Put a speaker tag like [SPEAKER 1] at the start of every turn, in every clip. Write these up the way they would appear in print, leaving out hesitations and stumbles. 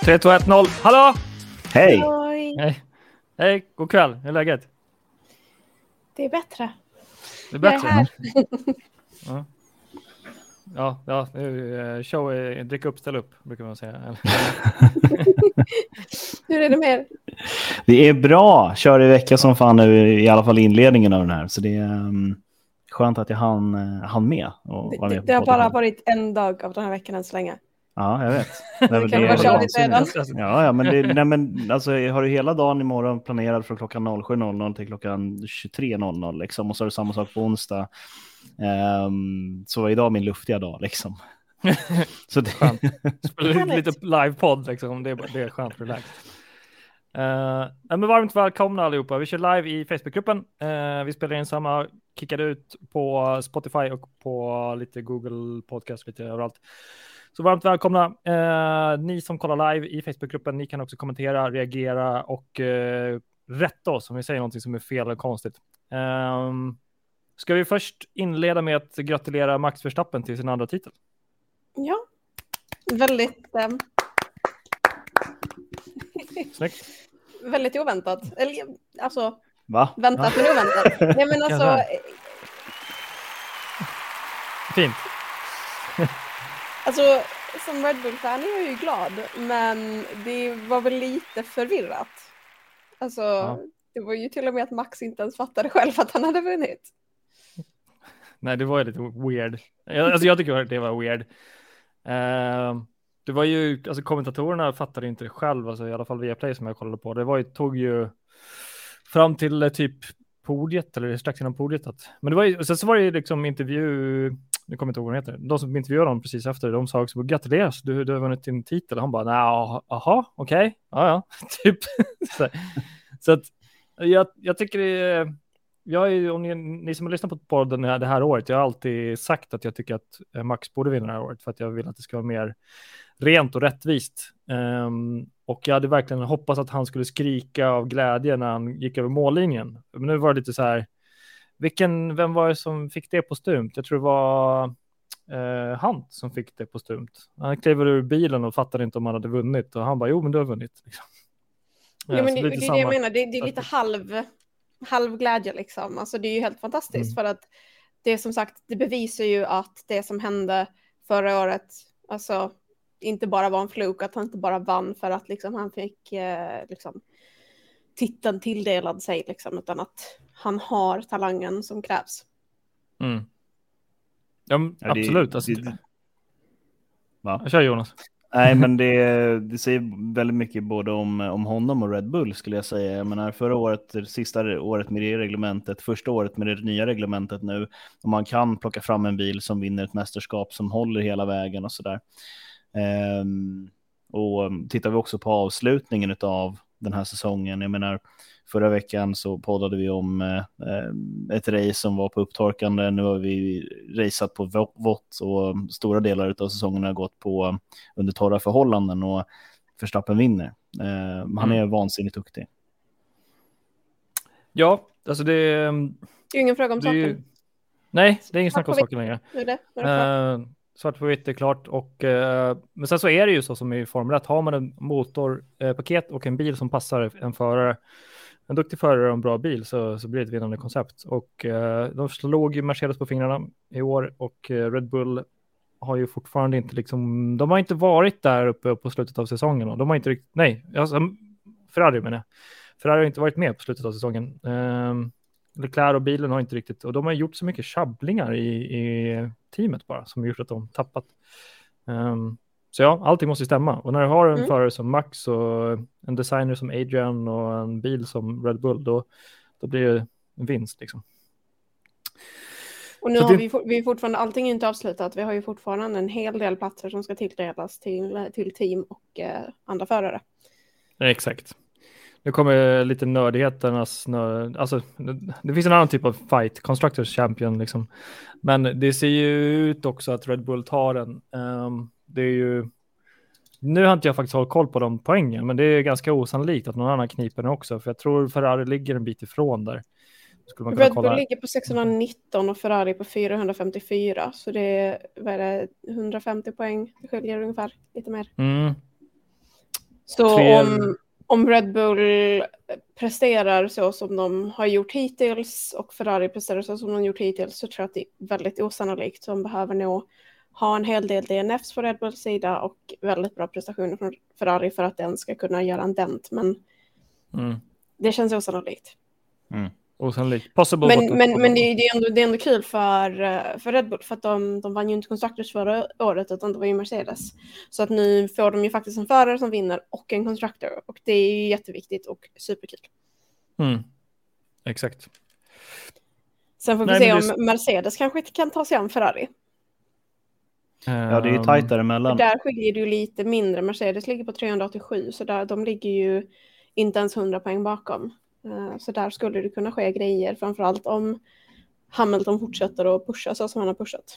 [SPEAKER 1] 3, 2, 1, 0. Hallå!
[SPEAKER 2] Hej!
[SPEAKER 1] Hej! Hej, god kväll. Hur är läget?
[SPEAKER 3] Det är bättre.
[SPEAKER 1] Det är bättre.
[SPEAKER 3] Jag är här.
[SPEAKER 1] Ja. Show är drick upp, ställ upp, brukar man säga.
[SPEAKER 3] Hur är det med er?
[SPEAKER 2] Det är bra. Kör i vecka som fan nu, i alla fall inledningen av den här. Så det är skönt att jag hann med. Och var med
[SPEAKER 3] det har bara varit en dag av den här veckan än så länge.
[SPEAKER 2] Ja, jag vet. Alltså, jag har ju hela dagen imorgon planerad från klockan 07.00 till klockan 23.00 liksom. Och så är det samma sak på onsdag. Så var idag min luftiga dag liksom. Så det
[SPEAKER 1] lite live-podd liksom. Det är skönt, relax. Men varmt välkomna allihopa. Vi kör live i Facebookgruppen. Vi spelar in samma, kickade ut på Spotify och på lite Google Podcast, lite överallt. Så varmt välkomna. Ni som kollar live i Facebookgruppen, ni kan också kommentera, reagera och rätta oss om vi säger någonting som är fel eller konstigt. Ska vi först inleda med att gratulera Max Verstappen till sin andra titel?
[SPEAKER 3] Ja, väldigt...
[SPEAKER 1] Snyggt.
[SPEAKER 3] Väldigt oväntat. Eller, alltså,
[SPEAKER 2] Va?
[SPEAKER 3] väntat men oväntat. Nej, men alltså...
[SPEAKER 1] Fint.
[SPEAKER 3] Alltså, som Red Bull-fan är jag ju glad, men det var väl lite förvirrat. Alltså, Det var ju till och med att Max inte ens fattade själv att han hade vunnit.
[SPEAKER 1] Nej, det var ju lite weird. Alltså, jag tycker att det var weird. Det var ju, alltså kommentatorerna fattade inte det själv, alltså i alla fall via Play som jag kollade på. Det var ju, tog ju fram till typ podiet, eller strax innan podiet. Men det var ju, så var det ju liksom intervju, nu kommer inte ihåg vad heter. De som intervjuade honom precis efter, de sa också, gratuleras, du har vunnit din titel. Han bara, aha, okej, ja, typ. så att jag tycker det om ni som har lyssnat på podden det här året, jag har alltid sagt att jag tycker att Max borde vinna det här året för att jag vill att det ska vara mer rent och rättvist. Och jag hade verkligen hoppats att han skulle skrika av glädje när han gick över mållinjen. Men nu var det lite så här, vem var det som fick det på stumt? Jag tror det var han som fick det på stumt. Han klev ur bilen och fattade inte om han hade vunnit. Och han bara, jo men du har vunnit. Liksom.
[SPEAKER 3] Ja, men det är det jag menar, det är lite halv glädje liksom. Alltså det är ju helt fantastiskt för att det som sagt, det bevisar ju att det som hände förra året, alltså inte bara var en fluk, att han inte bara vann för att liksom han fick liksom titeln tilldelad sig liksom, utan att han har talangen som krävs.
[SPEAKER 1] Ja, absolut.
[SPEAKER 2] Va?
[SPEAKER 1] Kör Jonas.
[SPEAKER 2] Nej, men det säger väldigt mycket både om honom och Red Bull skulle jag säga. Jag menar, förra året, sista året med det reglementet, första året med det nya reglementet nu, och man kan plocka fram en bil som vinner ett mästerskap som håller hela vägen och sådär. Och tittar vi också på avslutningen av den här säsongen, jag menar, förra veckan så poddade vi om ett race som var på upptorkande. Nu har vi raceat på vått och stora delar av säsongen har gått på under torra förhållanden och Verstappen vinner. Han är vansinnigt duktig. Ja,
[SPEAKER 1] alltså
[SPEAKER 3] det är ju ingen fråga om saken.
[SPEAKER 1] Nej, det är ingen snack om saken längre. Svart på vitt är klart. Men sen så är det ju så som i Formel 1. Har man en motorpaket och en bil som passar en duktig förare och en bra bil så blir det ett vinnande koncept. Och de slog ju Mercedes på fingrarna i år och Red Bull har ju fortfarande inte liksom, de har inte varit där uppe på slutet av säsongen. Och de har inte riktigt, Ferrari menar jag. Ferrari har inte varit med på slutet av säsongen. Leclerc och bilen har inte riktigt, och de har gjort så mycket tjabblingar i teamet bara som har gjort att de tappat. Så ja, allting måste stämma. Och när du har en förare som Max och en designer som Adrian och en bil som Red Bull, då blir det en vinst liksom.
[SPEAKER 3] Och nu har vi fortfarande, allting är inte avslutat. Vi har ju fortfarande en hel del platser som ska tilldelas till team och andra förare.
[SPEAKER 1] Exakt. Nu kommer lite nördigheternas alltså det finns en annan typ av fight, Constructors Champion liksom. Men det ser ju ut också att Red Bull tar den. Det är ju, nu har inte jag faktiskt hållit koll på de poängen, men det är ganska osannolikt att någon annan kniper den också, för jag tror Ferrari ligger en bit ifrån där.
[SPEAKER 3] Red Bull ligger på 619 och Ferrari på 454, så det är 150 poäng, det skiljer ungefär lite mer. Så om Red Bull presterar så som de har gjort hittills och Ferrari presterar så som de har gjort hittills, så tror jag att det är väldigt osannolikt. De behöver nog ha en hel del DNFs på Red Bulls sida och väldigt bra prestationer från Ferrari för att den ska kunna göra en dent. Men det känns osannolikt.
[SPEAKER 1] Osannolikt.
[SPEAKER 3] Men det är ändå kul för Red Bull, för att de vann ju inte Constructors förra året, utan det var ju Mercedes. Så att nu får de ju faktiskt en förare som vinner och en Constructor, och det är ju jätteviktigt och superkul.
[SPEAKER 1] Exakt.
[SPEAKER 3] Sen får vi se om Mercedes kanske inte kan ta sig an Ferrari.
[SPEAKER 2] Ja, det är ju tajt däremellan.
[SPEAKER 3] Där skiljer det ju lite mindre. Mercedes ligger på 387, så där, de ligger ju inte ens 100 poäng bakom. Så där skulle det kunna ske grejer, framförallt om Hamilton fortsätter att pusha så som han har pushat.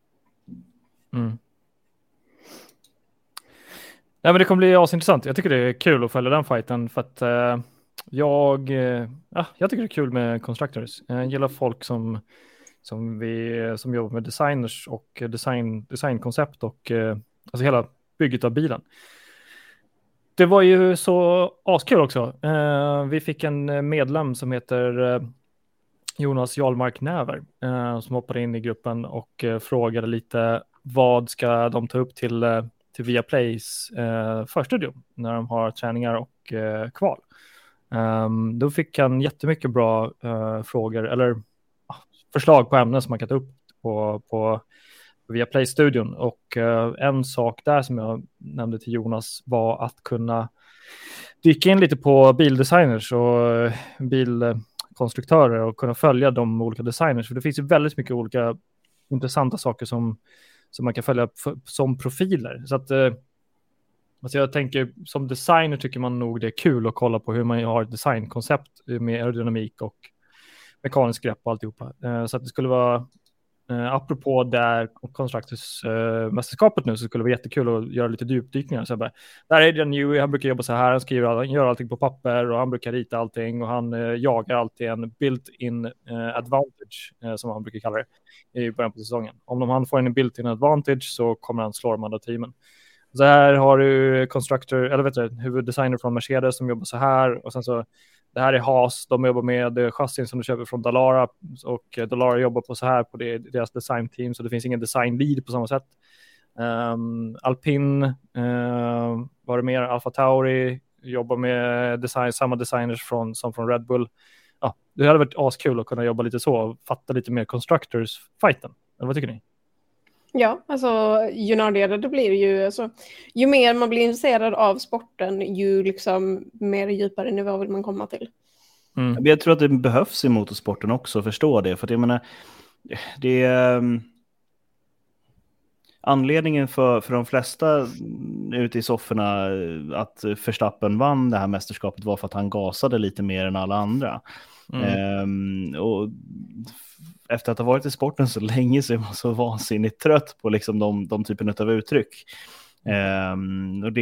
[SPEAKER 1] Nej, men det kommer bli asintressant. Jag tycker det är kul att följa den fighten, för att jag tycker det är kul med constructors. Jag gillar folk som jobbar med designers och designkoncept och alltså hela bygget av bilen. Det var ju så askul också. Vi fick en medlem som heter Jonas Jarlmark Näver som hoppade in i gruppen och frågade lite vad ska de ta upp till Viaplays förstudio när de har träningar och kval. Då fick han jättemycket bra frågor eller förslag på ämnen som man kan ta upp på Viaplay-studion. Och en sak där som jag nämnde till Jonas var att kunna dyka in lite på bildesigners och bilkonstruktörer och kunna följa de olika designers. För det finns ju väldigt mycket olika intressanta saker som man kan följa som profiler. Så att alltså jag tänker, som designer tycker man nog det är kul att kolla på hur man har ett designkoncept med aerodynamik och mekanisk grepp och alltihopa. Så att det skulle vara apropå där Constructors-mästerskapet nu, så skulle det vara jättekul att göra lite djupdykningar. Så bara, där är Adrian Newey, han brukar jobba så här, han gör allting på papper och han brukar rita allting och han jagar alltid en built-in advantage som han brukar kalla det i början på säsongen. Om han får en built-in advantage så kommer han slå de andra teamen. Så här har du huvuddesigner från Mercedes som jobbar så här, och sen så det här är Haas, de jobbar med chassin som du köper från Dallara, och Dallara jobbar på så här på deras designteam, så det finns ingen design lead på samma sätt. Alpin, var det mer? Alfa Tauri jobbar med samma designers som från Red Bull. Ja, det hade varit askul att kunna jobba lite så och fatta lite mer Constructors-fighten. Eller vad tycker ni?
[SPEAKER 3] Ja, alltså ju nördigare det blir ju, alltså, ju mer man blir intresserad av sporten, ju liksom mer djupare nivå vill man komma till.
[SPEAKER 2] Jag tror att det behövs i motorsporten också att förstå det, för att jag menar, det är anledningen för de flesta ute i sofforna att Verstappen vann det här mästerskapet var för att han gasade lite mer än alla andra. Och efter att ha varit i sporten så länge så är man så vansinnigt trött på liksom de typen av uttryck. Och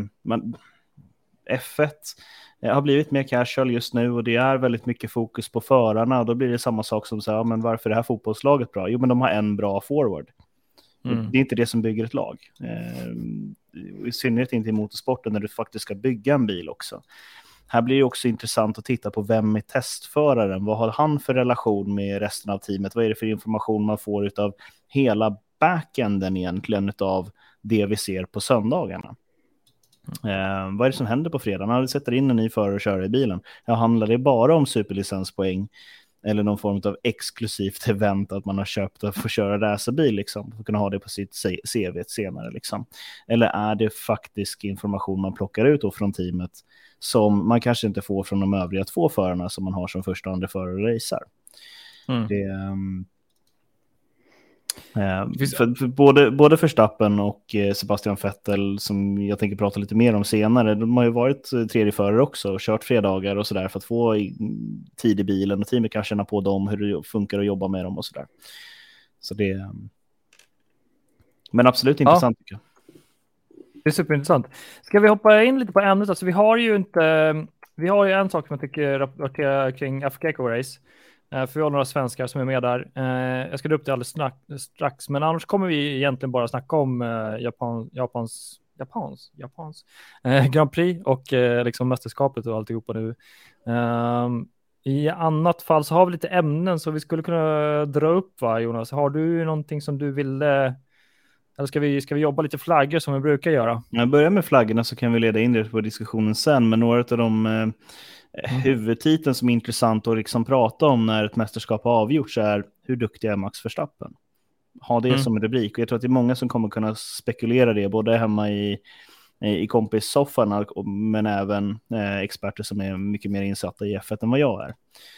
[SPEAKER 2] F1 har blivit mer casual just nu, och det är väldigt mycket fokus på förarna, och då blir det samma sak som så här, men varför är det här fotbollslaget bra? Jo, men de har en bra forward. Det är inte det som bygger ett lag. I synnerhet inte i motorsporten när du faktiskt ska bygga en bil också. Här blir det också intressant att titta på vem är testföraren. Vad har han för relation med resten av teamet? Vad är det för information man får av hela backenden egentligen av det vi ser på söndagarna? Vad är det som händer på fredag? När du sätter in en ny förare och kör i bilen. Handlar det bara om superlicenspoäng eller någon form av exklusivt event att man har köpt att få köra racerbil liksom, för att kunna ha det på sitt CV senare liksom. Eller är det faktisk information man plockar ut då från teamet som man kanske inte får från de övriga två förarna som man har som första och andra förare och racer. För både Verstappen och Sebastian Vettel, som jag tänker prata lite mer om senare, de har ju varit tredje förare också och kört fredagar och sådär för att få tid i bilen, och teamet kan känna på dem, hur det funkar att jobba med dem och sådär. Så det men absolut intressant tycker jag.
[SPEAKER 1] Det är superintressant. Ska vi hoppa in lite på ämnet? Alltså vi har ju en sak som jag tycker rapporterar kring FK-race. För vi har några svenskar som är med där. Jag ska dra upp det alldeles strax. Men annars kommer vi egentligen bara snacka om Japans Japans Grand Prix och liksom mästerskapet och alltihopa nu. I annat fall så har vi lite ämnen så vi skulle kunna dra upp, va, Jonas? Har du någonting som du ville, eller ska vi jobba lite flaggor som vi brukar göra?
[SPEAKER 2] Jag börjar med flaggorna så kan vi leda in det på diskussionen sen, men några av de huvudtiteln som är intressant att liksom prata om när ett mästerskap har avgjorts är hur duktig är Max Verstappen? Ha det som en rubrik, och jag tror att det är många som kommer kunna spekulera det både hemma i kompissoffan, men även experter som är mycket mer insatta i F1 än vad jag är.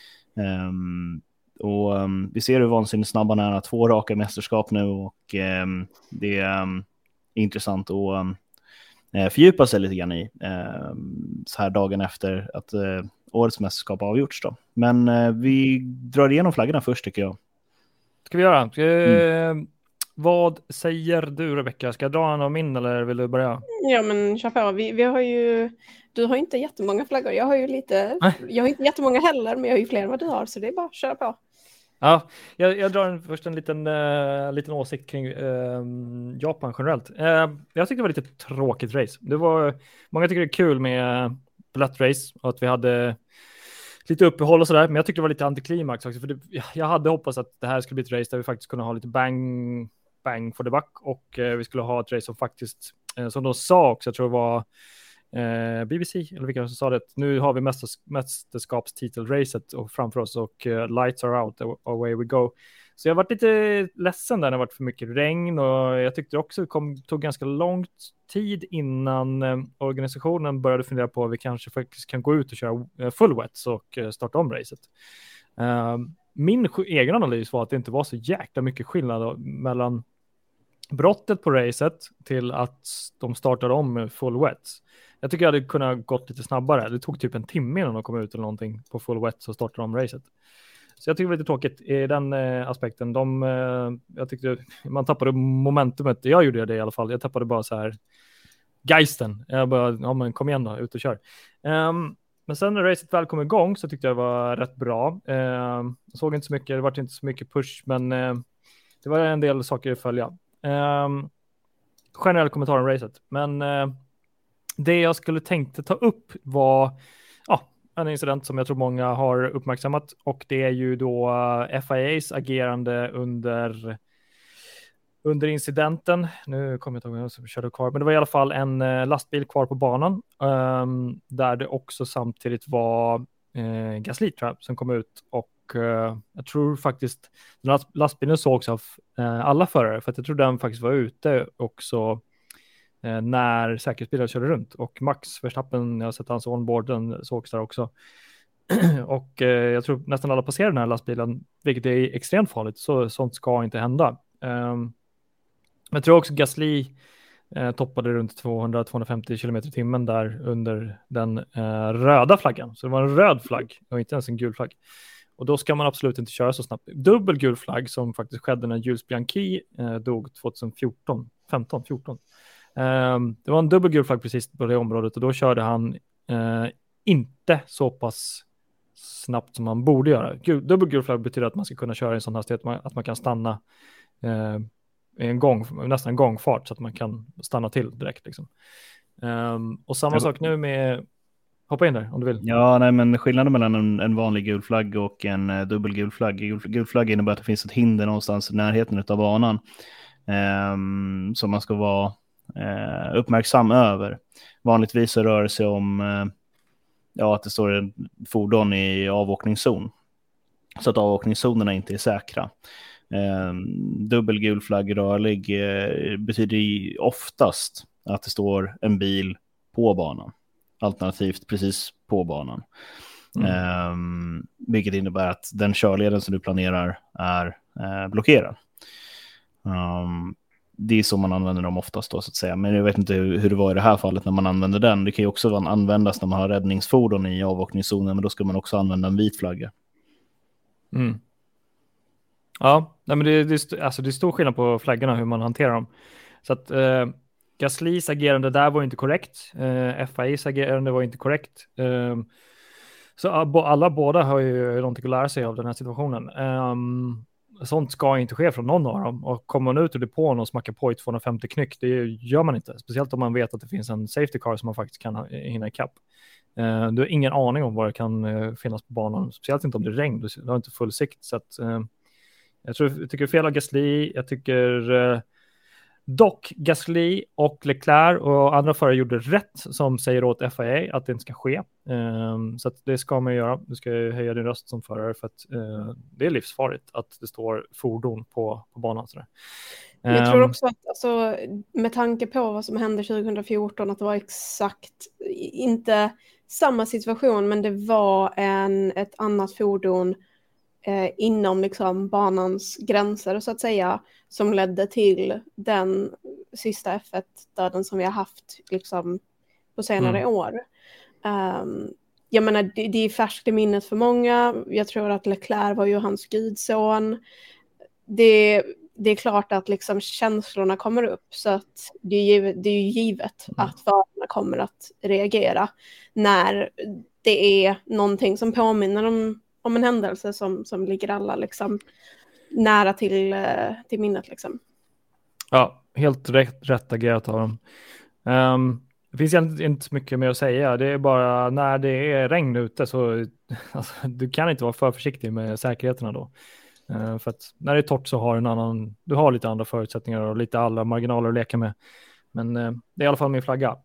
[SPEAKER 2] Vi ser hur vansinnigt snabba han är, 2 raka mästerskap nu, och det är intressant att fördjupa sig lite grann i så här dagen efter att årets mästerskap har avgjorts då. Men vi drar igenom flaggorna först, tycker jag.
[SPEAKER 1] Ska vi göra? Vad säger du, Rebecka? Ska jag dra en av min eller vill du börja?
[SPEAKER 3] Ja, men kör på. Vi har ju... Du har ju inte jättemånga flaggor. Jag har ju lite... Jag har inte jättemånga heller, men jag har ju fler än vad du har. Så det är bara att köra på.
[SPEAKER 1] Ja, jag drar först en liten åsikt kring Japan generellt. Jag tyckte det var lite tråkigt race. Många tycker det är kul med lätt race och att vi hade lite uppehåll och sådär. Men jag tyckte det var lite antiklimax också. För jag hade hoppats att det här skulle bli ett race där vi faktiskt kunde ha lite bang for the buck. Och vi skulle ha ett race som faktiskt, som de sa också, jag tror det var BBC eller vilka som sa det, nu har vi mästerskapstitelracet och framför oss och lights are out, away we go. Så jag har varit lite ledsen där det har varit för mycket regn, och jag tyckte också det tog ganska lång tid innan organisationen började fundera på att vi kanske faktiskt kan gå ut och köra full wets och starta om racet. Min egen analys var att det inte var så jäkla mycket skillnad mellan brottet på racet till att de startade om full wets. Jag tycker jag hade kunnat gått lite snabbare. Det tog typ en timme innan de kom ut eller någonting på full wets och startade om racet. Så jag tycker det var lite tråkigt i den aspekten. Jag tyckte man tappade momentumet. Jag gjorde det i alla fall. Jag tappade bara så här geisten. Jag bara, ja men kom igen då, ut och kör. Men sen när racet väl kom igång så tyckte jag det var rätt bra. Jag såg inte så mycket, det var inte så mycket push, men det var en del saker att följa. Generell kommentar om racet. Men det jag skulle tänkte ta upp var en incident som jag tror många har uppmärksammat, och det är ju då FIAs agerande under incidenten. Nu kommer jag inte ihåg vem som körde kvar, men det var i alla fall en lastbil kvar på banan där det också samtidigt var Gasly, tror jag, som kom ut, och jag tror faktiskt den lastbilen sågs av alla förare, för att jag tror den faktiskt var ute också när säkerhetsbilar körde runt, och Max Verstappen, jag har sett hans onboarden, sågs där också. Och jag tror nästan alla passerar den här lastbilen, vilket är extremt farligt, så sånt ska inte hända. Men jag tror också Gasly toppade runt 200-250 km i timmen där under den röda flaggan, så det var en röd flagg och inte ens en gul flagg. Och då ska man absolut inte köra så snabbt. Dubbel gul flagg som faktiskt skedde när Jules Bianchi dog 2014. Det var en dubbel gul flagg precis på det området, och då körde han inte så pass snabbt som man borde göra. Dubbel gul flagg betyder att man ska kunna köra i en sån hastighet att man kan stanna i nästan en gångfart, så att man kan stanna till direkt liksom. Och samma sak nu med... Hoppa in där om du vill.
[SPEAKER 2] Ja, nej, men skillnaden mellan en vanlig gul flagg och en dubbel gul flagg. Gul flagg innebär att det finns ett hinder någonstans i närheten av banan som man ska vara uppmärksam över. Vanligtvis så rör det sig om att det står en fordon i avåkningszon, så att avåkningszonerna inte är säkra. Dubbel gul flagg rörlig betyder oftast att det står en bil på banan, alternativt precis på banan. Vilket innebär att den körleden som du planerar är blockerad. Det är så man använder dem oftast då, så att säga. Men jag vet inte hur det var i det här fallet när man använder den. Det kan ju också användas när man har räddningsfordon i avåkningszonen, men då ska man också använda en vit flagga.
[SPEAKER 1] Ja, nej, men det är stor skillnad på flaggorna hur man hanterar dem. Så att Gaslys agerande där var inte korrekt. FIAs agerande var inte korrekt. Så båda har ju någonting att lära sig av den här situationen. sånt ska inte ske från någon av dem. Och kommer man ut ur depån och smackar på i 250 knyck, det gör man inte. Speciellt om man vet att det finns en safety car som man faktiskt kan hinna ikapp. Du har ingen aning om vad det kan finnas på banan, speciellt inte om det är regn. Du har inte full sikt. Så att, jag tycker det är fel av Gasly. Jag tycker dock Gasly och Leclerc och andra förare gjorde rätt som säger åt FIA att det inte ska ske. Så att det ska man göra. Du ska höja din röst som förare för att det är livsfarligt att det står fordon på banan. Sådär.
[SPEAKER 3] Jag tror också att alltså, med tanke på vad som hände 2014 att det var exakt inte samma situation, men det var ett annat fordon inom liksom banans gränser så att säga, som ledde till den sista F1-döden som vi har haft liksom på senare år. Jag menar, det är färskt i minnet för många. Jag tror att Leclerc var ju hans gudson. Det är klart att liksom känslorna kommer upp, så att det är ju givet att förarna kommer att reagera när det är någonting som påminner om en händelse som ligger alla liksom nära till minnet liksom. Ja,
[SPEAKER 1] helt rätt agerat av dem. Det finns egentligen inte så mycket mer att säga. Det är bara när det är regn ute så alltså, du kan inte vara för försiktig med säkerheterna då. För att när det är torrt så har du har lite andra förutsättningar och lite alla marginaler att leka med. Men det är i alla fall min flagga.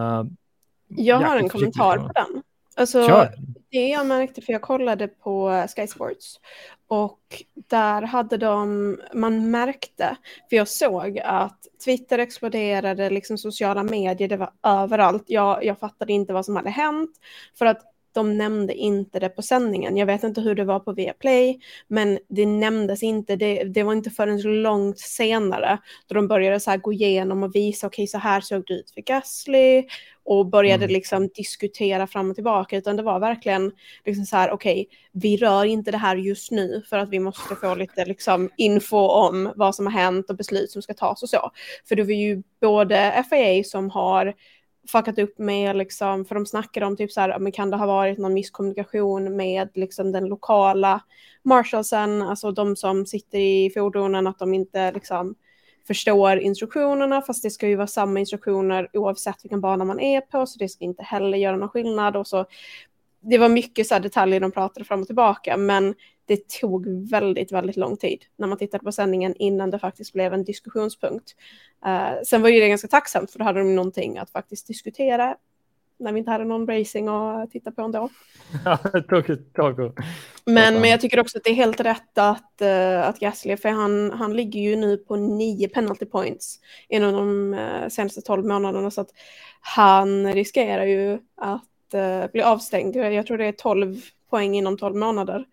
[SPEAKER 3] Jag har en kommentar på den. Alltså, det jag märkte, för jag kollade på Sky Sports och där hade man märkte, för jag såg att Twitter exploderade, liksom sociala medier, det var överallt. Jag fattade inte vad som hade hänt för att de nämnde inte det på sändningen. Jag vet inte hur det var på Viaplay, men det nämndes inte. Det var inte förrän långt senare då de började så här gå igenom och visa, okej, så här såg det ut för Gasly, och började liksom diskutera fram och tillbaka, utan det var verkligen liksom så här, okej, vi rör inte det här just nu för att vi måste få lite liksom info om vad som har hänt och beslut som ska tas och så. För det var ju både FIA som har fuckat upp med liksom, för de snackade om typ så här, men kan det ha varit någon misskommunikation med liksom den lokala marshalsen, alltså de som sitter i fordonen, att de inte liksom förstår instruktionerna, fast det ska ju vara samma instruktioner oavsett vilken bana man är på, så det ska inte heller göra någon skillnad. Och så, det var mycket så här detaljer de pratade fram och tillbaka, men det tog väldigt, väldigt lång tid när man tittade på sändningen innan det faktiskt blev en diskussionspunkt. Sen var ju det ganska tacksamt, för då hade de någonting att faktiskt diskutera när vi inte hade någon racing att titta på ändå.
[SPEAKER 1] Ja, det tog ett tag.
[SPEAKER 3] Men jag tycker också att det är helt rätt att Gasly, för han ligger ju nu på 9 penalty points inom de senaste 12 månaderna, så att han riskerar ju att bli avstängd. Jag tror det är 12 poäng inom 12 månader.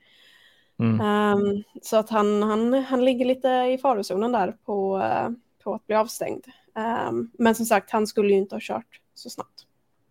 [SPEAKER 3] Så att han ligger lite i farozonen där på att bli avstängd. Men som sagt, han skulle ju inte ha kört så snabbt.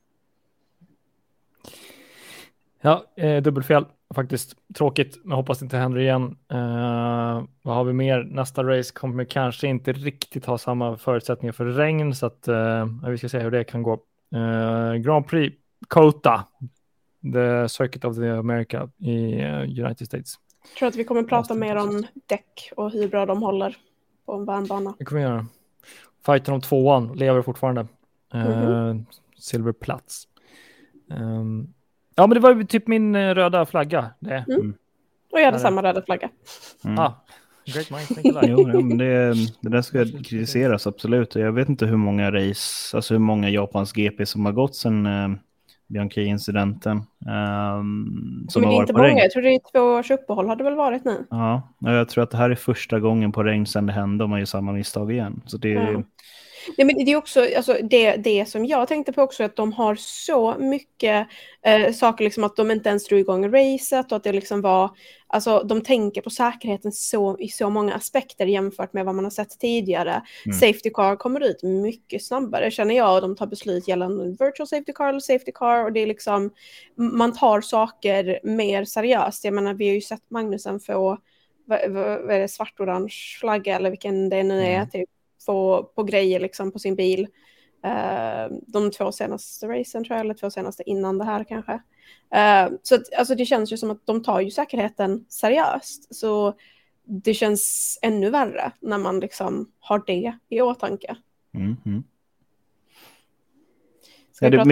[SPEAKER 1] Ja, dubbelfel faktiskt. Tråkigt, men hoppas det inte händer igen. Vad har vi mer? Nästa race kommer kanske inte riktigt ha samma förutsättningar för regn, så att vi ska se hur det kan gå. Grand Prix COTA, the Circuit of the America i United States.
[SPEAKER 3] Jag tror att vi kommer prata mer om däck och hur bra de håller på en varmbana.
[SPEAKER 1] Det kommer vi göra. Fighten om 2:an lever fortfarande. Silverplats. Ja, men det var ju typ min röda flagga. Det.
[SPEAKER 3] Och jag hade samma röda flagga.
[SPEAKER 1] Great mind, think alike.
[SPEAKER 2] Jo, men det där ska kritiseras absolut. Jag vet inte hur många race, alltså hur många Japans GP som har gått sedan Bianchi-incidenten.
[SPEAKER 3] Men det är inte många, jag tror det är 2 års uppehåll har det väl varit nu.
[SPEAKER 2] Ja, jag tror att det här är första gången på regn sedan det hände, och man gör samma misstag igen. Så det är...
[SPEAKER 3] Nej, men det är också alltså, det som jag tänkte på också, att de har så mycket saker, liksom att de inte ens drog igång racet, och att det liksom var, alltså de tänker på säkerheten i så många aspekter jämfört med vad man har sett tidigare. Safety car kommer ut mycket snabbare, känner jag, och de tar beslut gällande virtual safety car eller safety car, och det är liksom, man tar saker mer seriöst. Jag menar, vi har ju sett Magnussen få vad är det, svart-orange flagga eller vilken det nu är, typ på grejer liksom på sin bil. De 2 senaste racen tror jag, eller 2 senaste innan det här kanske. Så att, alltså det känns ju som att de tar ju säkerheten seriöst. Så det känns ännu värre när man liksom har det i åtanke.
[SPEAKER 2] Ja, det,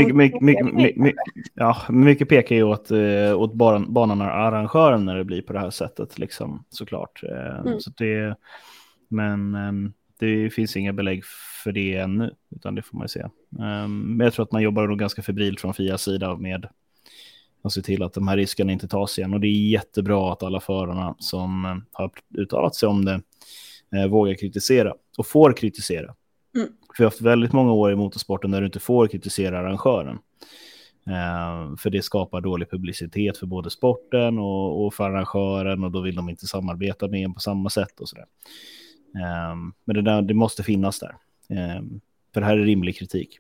[SPEAKER 2] mycket pekar ju åt banarrangören när det blir på det här sättet liksom, såklart. Så det, men det finns inga belägg för det ännu, utan det får man ju se. Men jag tror att man jobbar nog ganska febrilt från FIAs sida med att se till att de här riskerna inte tas igen. Och det är jättebra att alla förarna som har uttalat sig om det vågar kritisera och får kritisera. För vi har haft väldigt många år i motorsporten där du inte får kritisera arrangören. För det skapar dålig publicitet för både sporten och för arrangören, och då vill de inte samarbeta med en på samma sätt och sådär. Men det måste finnas där. För det här är rimlig kritik.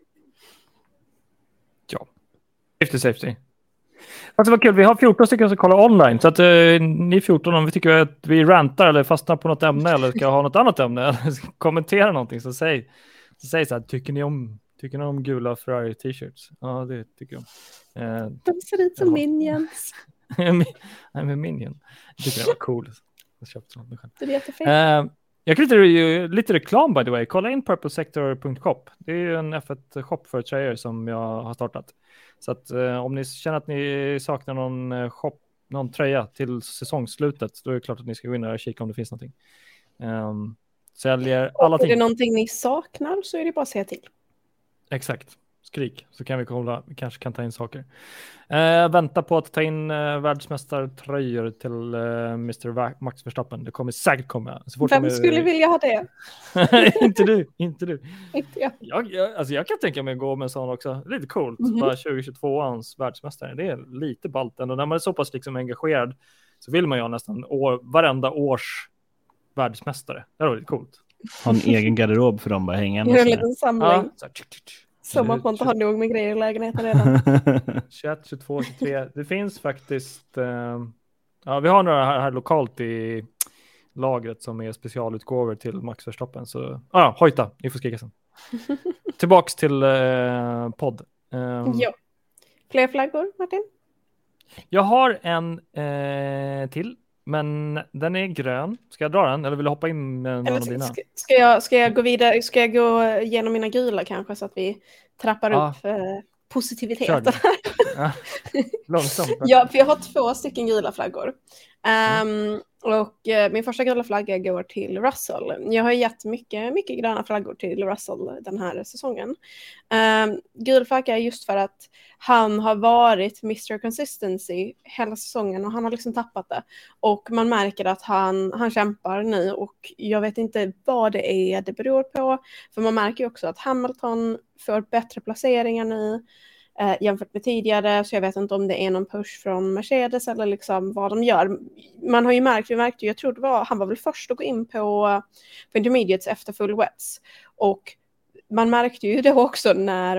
[SPEAKER 1] Ja. Safety. Alltså vad kul, vi har 14 stycken som kollar online, så att ni 14, om vi tycker att vi rantar eller fastnar på något ämne eller ska ha något annat ämne eller kommentera någonting, så säg så här, tycker ni om gula Ferrari t-shirts? Ja, det tycker jag.
[SPEAKER 3] De ser ut som Minions.
[SPEAKER 1] Nej, men Minion. Jag tycker det var cool. Jag köpte något själv.
[SPEAKER 3] Det är jättefint.
[SPEAKER 1] Jag kryddar ju lite reklam, by the way. Kolla in purplesector.com. Det är ju en F1-shop för tröjor som jag har startat. Så att om ni känner att ni saknar någon tröja till säsongsslutet, då är det klart att ni ska gå in och kika om det finns någonting. Säljer alla ting.
[SPEAKER 3] Är det någonting ni saknar så är det bara att säga till.
[SPEAKER 1] Exakt. Skrik, så kan vi kolla. Vi kanske kan ta in saker. Vänta på att ta in världsmästartröjor till Mr. Max Verstappen. Det kommer säkert komma.
[SPEAKER 3] Vem skulle vilja ha det?
[SPEAKER 1] Inte du.
[SPEAKER 3] Inte jag.
[SPEAKER 1] Jag kan tänka mig att gå med en sån också. Lite coolt. Bara 2022ans världsmästare. Det är lite ballt ändå. När man är så pass liksom engagerad så vill man ju ha nästan varenda års världsmästare. Det är lite coolt.
[SPEAKER 2] Ha en egen garderob för dem bara hängande.
[SPEAKER 3] Det är en liten samling.
[SPEAKER 1] Ja,
[SPEAKER 3] som att man inte har nog med grejer i lägenheten redan.
[SPEAKER 1] 21, 22, 23. Det finns faktiskt... vi har några här lokalt i lagret som är specialutgåvor till Max Verstappen. Så hojta, ni får skrika sen. Tillbaks till podd.
[SPEAKER 3] Ja. Fler flaggor, Martin?
[SPEAKER 1] Jag har en till. Men den är grön. Ska jag dra den? Eller vill du hoppa in med någon av dina?
[SPEAKER 3] Ska jag gå vidare? Ska jag gå igenom mina gula kanske så att vi trappar upp positiviteten?
[SPEAKER 1] Långsamt.
[SPEAKER 3] Ja, för jag har 2 stycken gula flaggor. Och min första gula flagga går till Russell. Jag har gett mycket gröna flaggor till Russell den här säsongen. Gul flagga är just för att han har varit Mr. Consistency hela säsongen och han har liksom tappat det. Och man märker att han kämpar nu och jag vet inte vad det beror på. För man märker ju också att Hamilton får bättre placeringar nu jämfört med tidigare, så jag vet inte om det är någon push från Mercedes eller liksom vad de gör. Man har ju vi märkte, jag tror han var väl först att gå in på intermediates efter full wets, och man märkte ju det också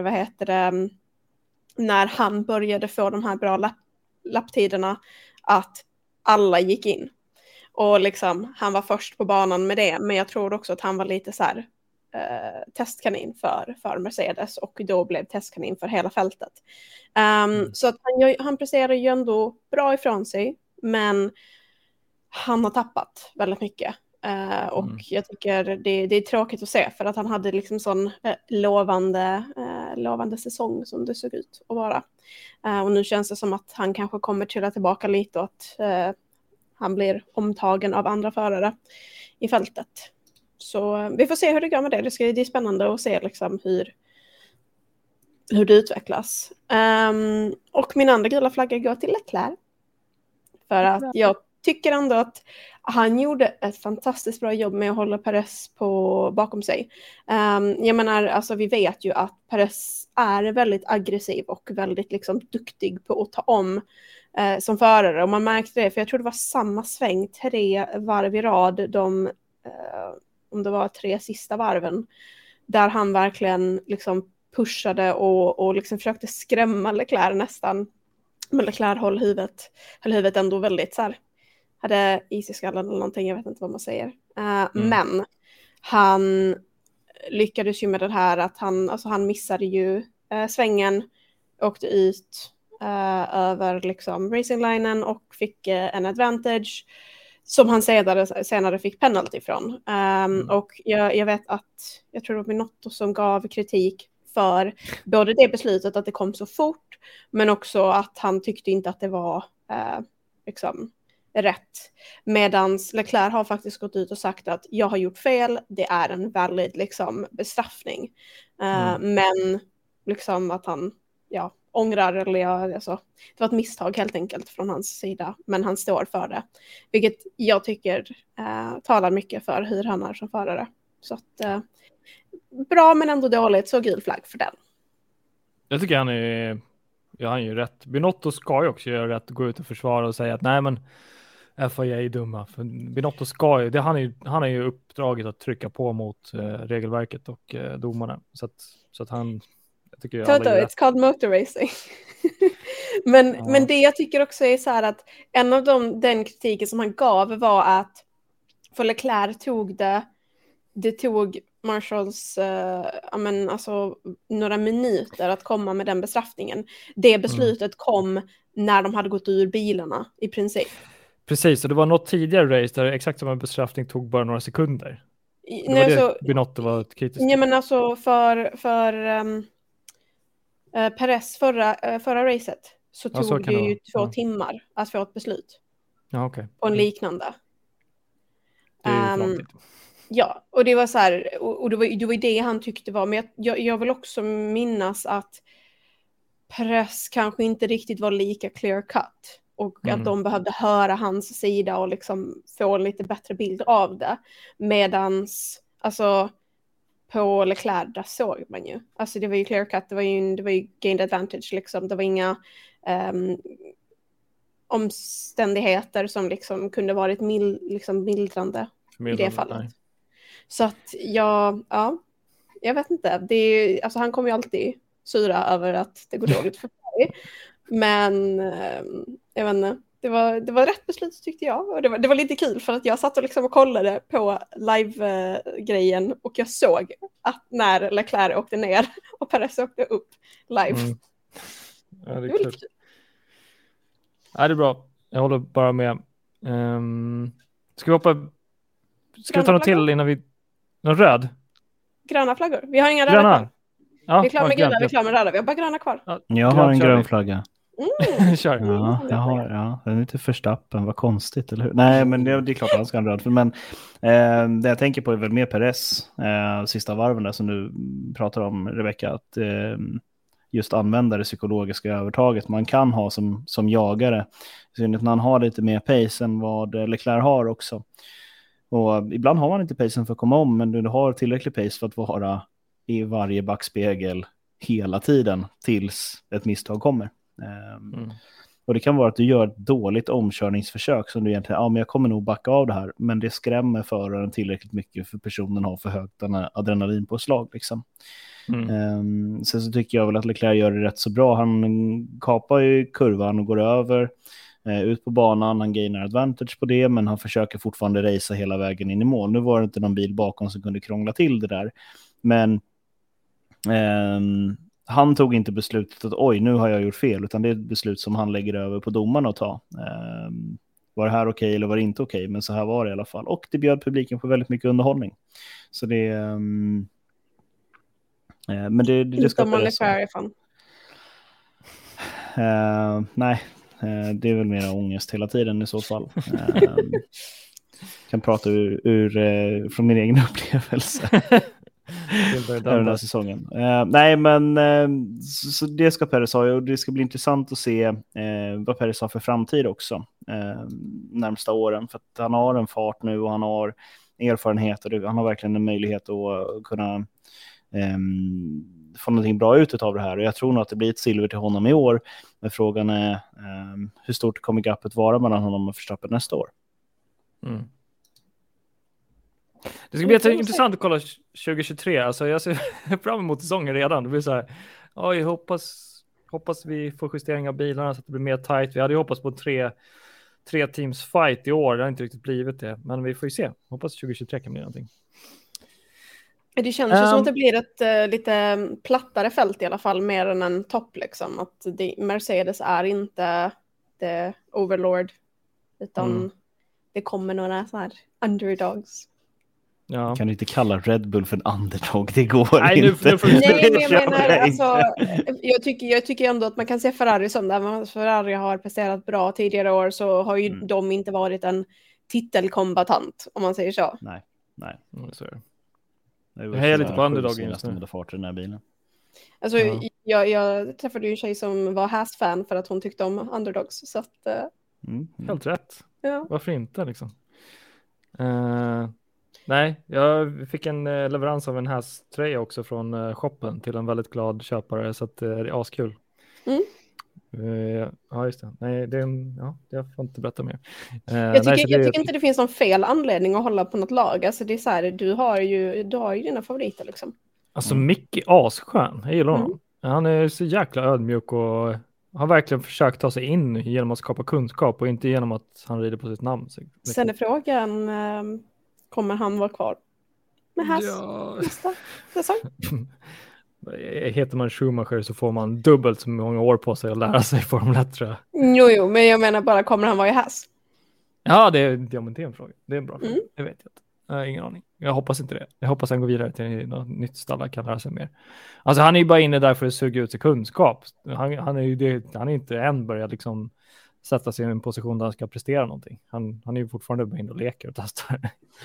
[SPEAKER 3] när han började få de här bra lapptiderna, att alla gick in och liksom han var först på banan med det, men jag tror också att han var lite så här testkanin för Mercedes och då blev testkanin för hela fältet. Så att han presterar ju ändå bra ifrån sig, men han har tappat väldigt mycket. Och jag tycker det är tråkigt att se, för att han hade liksom sån lovande säsong som det såg ut att vara. Och nu känns det som att han kanske kommer trilla tillbaka lite och att han blir omtagen av andra förare i fältet. Så vi får se hur det går med det. Det är spännande att se liksom hur det utvecklas. Och min andra gula flagga går till Leclerc. För att jag tycker ändå att han gjorde ett fantastiskt bra jobb med att hålla Perez bakom sig. Jag menar, alltså vi vet ju att Perez är väldigt aggressiv och väldigt liksom duktig på att ta om som förare. Och man märkte det, för jag tror det var samma sväng 3 varv i rad om det var 3 sista varven, där han verkligen liksom pushade och liksom försökte skrämma Leclerc nästan. Men Leclerc höll huvudet ändå väldigt så här, hade is i skallen eller någonting, jag vet inte vad man säger. Men han lyckades ju med det här att han missade ju svängen, åkte ut över liksom racinglinen och fick en advantage. som han senare fick penalty från. Och jag vet att, jag tror det var Binotto som gav kritik för både det beslutet att det kom så fort, men också att han tyckte inte att det var liksom rätt. Medans Leclerc har faktiskt gått ut och sagt att jag har gjort fel, det är en valid liksom bestraffning. Men liksom att han ångrar, eller alltså, det var ett misstag helt enkelt från hans sida, men han står för det. Vilket jag tycker talar mycket för hur han är som förare. Så att bra men ändå dåligt, så gul flagg för den. Jag tycker
[SPEAKER 1] han är ju rätt. Binotto ska ju också göra rätt, gå ut och försvara och säga att nej men FIA är dumma. För Binotto ska ju, han är ju uppdraget att trycka på mot regelverket och domarna. Så att han, jag tycker
[SPEAKER 3] it's called motor racing. men det jag tycker också är så här att en av den kritiken som han gav var att för Leclerc det tog Marshalls alltså några minuter att komma med den bestraffningen. Det beslutet kom när de hade gått ur bilarna i princip.
[SPEAKER 1] Precis, och det var något tidigare race där exakt samma bestraffning tog bara några sekunder. Binotto var kritisk.
[SPEAKER 3] Ja, men alltså för Perez förra racet så tog det ju 2 timmar att få ett beslut.
[SPEAKER 1] Ja, okej.
[SPEAKER 3] På en liknande.
[SPEAKER 1] Det är ju
[SPEAKER 3] ja, och det var så här, och det var det han tyckte var, men jag vill också minnas att Perez kanske inte riktigt var lika clear cut och att de behövde höra hans sida och liksom få en lite bättre bild av det. Medans alltså på Leclerc där såg man ju, alltså det var ju clear cut, det var ju gained advantage liksom, det var inga omständigheter som liksom kunde varit mildrande i det fallet. Nej. Så att jag vet inte, det är, alltså han kommer ju alltid sura över att det går dåligt för mig. Men jag vet inte, det var rätt beslut tyckte jag. Och det var lite kul för att jag satt och liksom och kollade på live-grejen och jag såg att när Leclerc åkte ner och Perez åkte upp live.
[SPEAKER 1] Ja, det är kul. Ja, det är bra. Jag håller bara med. Ska vi ta något till innan vi... Någon röd?
[SPEAKER 3] Gröna flaggor. Vi har inga röda kvar.
[SPEAKER 1] Ja,
[SPEAKER 3] vi är klara med gula, vi är klara med röda. Vi har bara gröna kvar.
[SPEAKER 2] Ja, jag har en grön flagga.
[SPEAKER 1] Kör.
[SPEAKER 2] Ja, jag har. Den är inte Verstappen, vad konstigt, eller hur? Nej, men det är klart att han ska ha en röd. Men det jag tänker på är väl mer Perez, sista varven där som du pratar om, Rebecca, att just använda det psykologiska övertaget man kan ha som jagare. I synnerhet när han har lite mer pace än vad Leclerc har också. Och ibland har man inte pacen för att komma om, men du har tillräcklig pace för att vara i varje backspegel hela tiden tills ett misstag kommer. Och det kan vara att du gör ett dåligt omkörningsförsök som du egentligen, men jag kommer nog backa av det här, men det skrämmer föraren tillräckligt mycket för personen har för högt adrenalinpåslag liksom. Sen så tycker jag väl att Leclerc gör det rätt så bra. Han kapar ju kurvan och går över ut på banan, han gainar advantage på det, men han försöker fortfarande racea hela vägen in i mål. Nu var det inte någon bil bakom som kunde krångla till det där, men han tog inte beslutet att oj, nu har jag gjort fel, utan det är ett beslut som han lägger över på domarna att ta. Var det här okej eller var det inte okej? Men så här var det i alla fall. Och det bjöd publiken på väldigt mycket underhållning. Så det... men det ska
[SPEAKER 3] man Leclerc fan.
[SPEAKER 2] Nej, det är väl mer ångest hela tiden i så fall. Kan prata från min egen upplevelse. Den här säsongen. Nej, men så det ska Perez ha, och det ska bli intressant att se vad Perez har för framtid också närmsta åren, för att han har en fart nu och han har erfarenhet och han har verkligen en möjlighet att kunna få någonting bra ut av det här, och jag tror nog att det blir ett silver till honom i år, men frågan är hur stort kommer gapet vara mellan honom och Verstappen nästa år.
[SPEAKER 1] Det ska bli intressant att kolla 2023. Alltså jag ser fram emot säsongen redan. Det blir så här, oj, hoppas vi får justering av bilarna så att det blir mer tight. Vi hade ju hoppats på tre teams fight i år. Det har inte riktigt blivit det, men vi får ju se. Hoppas 2023 kan bli någonting.
[SPEAKER 3] Det känns ju som att det blir ett lite plattare fält i alla fall, mer än en topp liksom. Att Mercedes är inte the overlord, utan det kommer några så här underdogs.
[SPEAKER 2] Ja. Kan du inte kalla Red Bull för en underdog? Det går
[SPEAKER 1] nej,
[SPEAKER 2] inte.
[SPEAKER 3] Nej, men jag menar, alltså, jag tycker ändå att man kan se Ferrari som där Ferrari har presterat bra tidigare år, så har ju de inte varit en titelkombatant, om man säger så.
[SPEAKER 2] Nej.
[SPEAKER 1] Så är det.
[SPEAKER 2] Jag hejar lite på underdog just nu. Fart i den här bilen.
[SPEAKER 3] Alltså, jag träffade ju en tjej som var Haas-fan för att hon tyckte om underdogs. Så att,
[SPEAKER 1] helt rätt.
[SPEAKER 3] Ja.
[SPEAKER 1] Varför inte liksom? Nej, jag fick en leverans av en Haas-tröja också från shoppen till en väldigt glad köpare, så att det är askul. Ja, just det. Nej, jag får inte berätta mer.
[SPEAKER 3] Jag tycker inte det finns någon fel anledning att hålla på något lag. Alltså det är så här, du har ju dina favoriter liksom.
[SPEAKER 1] Alltså Mick är asskön, jag gillar honom. Han är så jäkla ödmjuk och har verkligen försökt ta sig in genom att skapa kunskap och inte genom att han rider på sitt namn.
[SPEAKER 3] Sen är frågan, kommer han vara kvar med Haas nästa säsong?
[SPEAKER 1] Heter man Schumacher så får man dubbelt så många år på sig att lära sig Formel 1, tror jag.
[SPEAKER 3] Jo, men jag menar bara, kommer han vara i Haas?
[SPEAKER 1] Ja, det är en fråga. Det är en bra fråga. Det vet jag inte. Jag har ingen aning. Jag hoppas inte det. Jag hoppas han går vidare till något nytt stall, kan lära sig mer. Alltså han är ju bara inne där för att suga ut sig kunskap. Han är inte än börjat liksom sätta sig i en position där han ska prestera någonting. Han är ju fortfarande bara inne och leker och testar.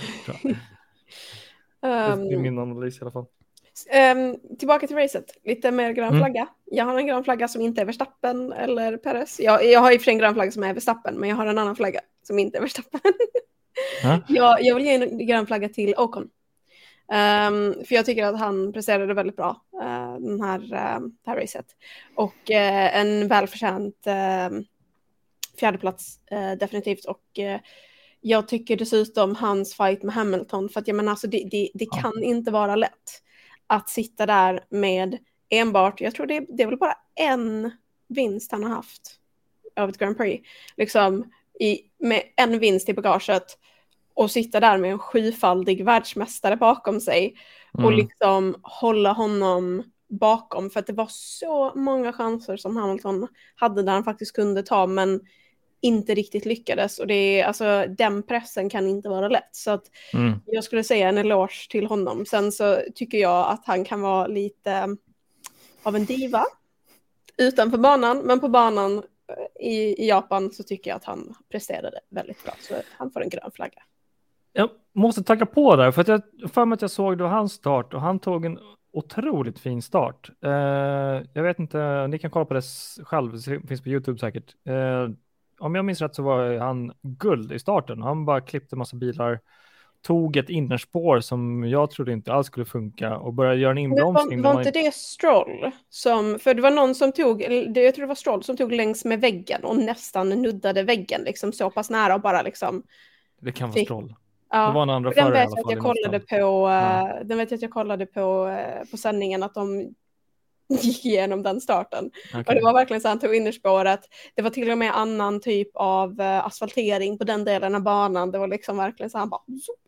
[SPEAKER 1] Det är min analys i alla fall.
[SPEAKER 3] Tillbaka till racet. Lite mer grön flagga. Jag har en grön flagga som inte är Verstappen eller Perez. Jag har i och för sig en grön flagga som är Verstappen, men jag har en annan flagga som inte är Verstappen. Jag vill ge en grön flagga till Ocon. För jag tycker att han presterade väldigt bra det här racet. Och en välförtjänt fjärdeplats definitivt. Och jag tycker dessutom hans fight med Hamilton, för att jag menar, alltså, det kan inte vara lätt att sitta där med enbart, jag tror det är väl bara en vinst han har haft av ett Grand Prix, liksom med en vinst i bagaget, och sitta där med en 7-faldig världsmästare bakom sig och liksom hålla honom bakom, för att det var så många chanser som Hamilton hade där han faktiskt kunde ta, men inte riktigt lyckades, och det är, alltså, den pressen kan inte vara lätt, så att jag skulle säga en eloge till honom. Sen så tycker jag att han kan vara lite av en diva utanför banan, men på banan i Japan så tycker jag att han presterade väldigt bra, så han får en grön flagga.
[SPEAKER 1] Jag måste tacka på där, för att jag såg då hans start och han tog en otroligt fin start. Jag vet inte, ni kan kolla på det själv, det finns på YouTube säkert. Om jag minns rätt så var han guld i starten. Han bara klippte massa bilar, tog ett innerspår som jag trodde inte alls skulle funka och började göra en inbromsning.
[SPEAKER 3] Var inte det Stroll som, för det var någon som tog, jag tror det var Stroll som tog längs med väggen och nästan nuddade väggen liksom så pass nära och bara liksom.
[SPEAKER 1] Det kan vara Stroll.
[SPEAKER 3] Ja,
[SPEAKER 1] det var en andra förare i alla fall.
[SPEAKER 3] Den vet jag att jag kollade på sändningen att de gick igenom den starten. Okay. Och det var verkligen så att han tog innerspåret. Det var till och med annan typ av asfaltering på den delen av banan. Det var liksom verkligen så han bara.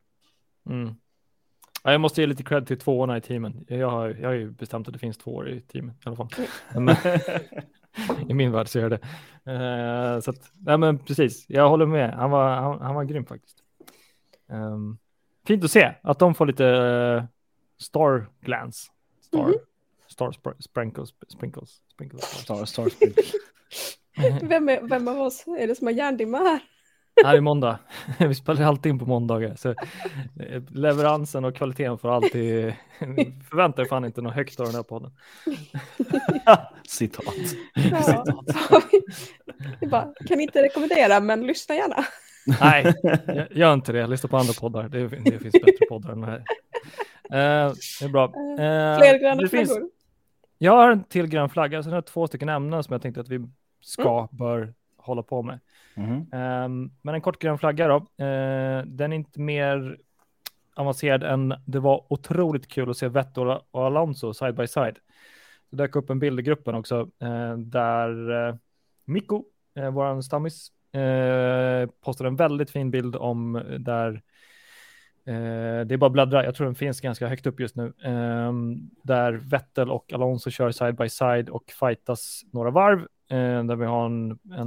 [SPEAKER 1] Ja, jag måste ge lite cred till tvåorna i teamen. Jag har ju bestämt att det finns 2 år i teamen i alla fall. Men, i min värld så gör det. Så att, nej, men precis. Jag håller med. Han var grym faktiskt. Fint att se att de får lite star glance. Star sprinkles. Star sprinkles.
[SPEAKER 3] Vem av oss är det som har hjärndimma här?
[SPEAKER 1] Det är måndag. Vi spelar alltid in på måndagar. Så leveransen och kvaliteten får alltid... Förvänta dig fan inte något högt av den här podden.
[SPEAKER 2] Citat.
[SPEAKER 3] Ja. Citat. Jag bara, kan inte rekommendera, men lyssna gärna.
[SPEAKER 1] Nej, gör inte det. Lyssna på andra poddar. Det finns bättre poddar än det här. Det är bra.
[SPEAKER 3] Fler gröna flaggor.
[SPEAKER 1] Jag har en till grön flagga. Sen har jag 2 stycken ämnen som jag tänkte att vi bör hålla på med. Men en kort grön flagga då. Den är inte mer avancerad än det var otroligt kul att se Vettel och Alonso side by side. Det dök upp en bild i gruppen också där Mikko, våran stammis, postade en väldigt fin bild om där det är bara bläddra, jag tror den finns ganska högt upp just nu, där Vettel och Alonso kör side by side och fightas några varv, där vi har en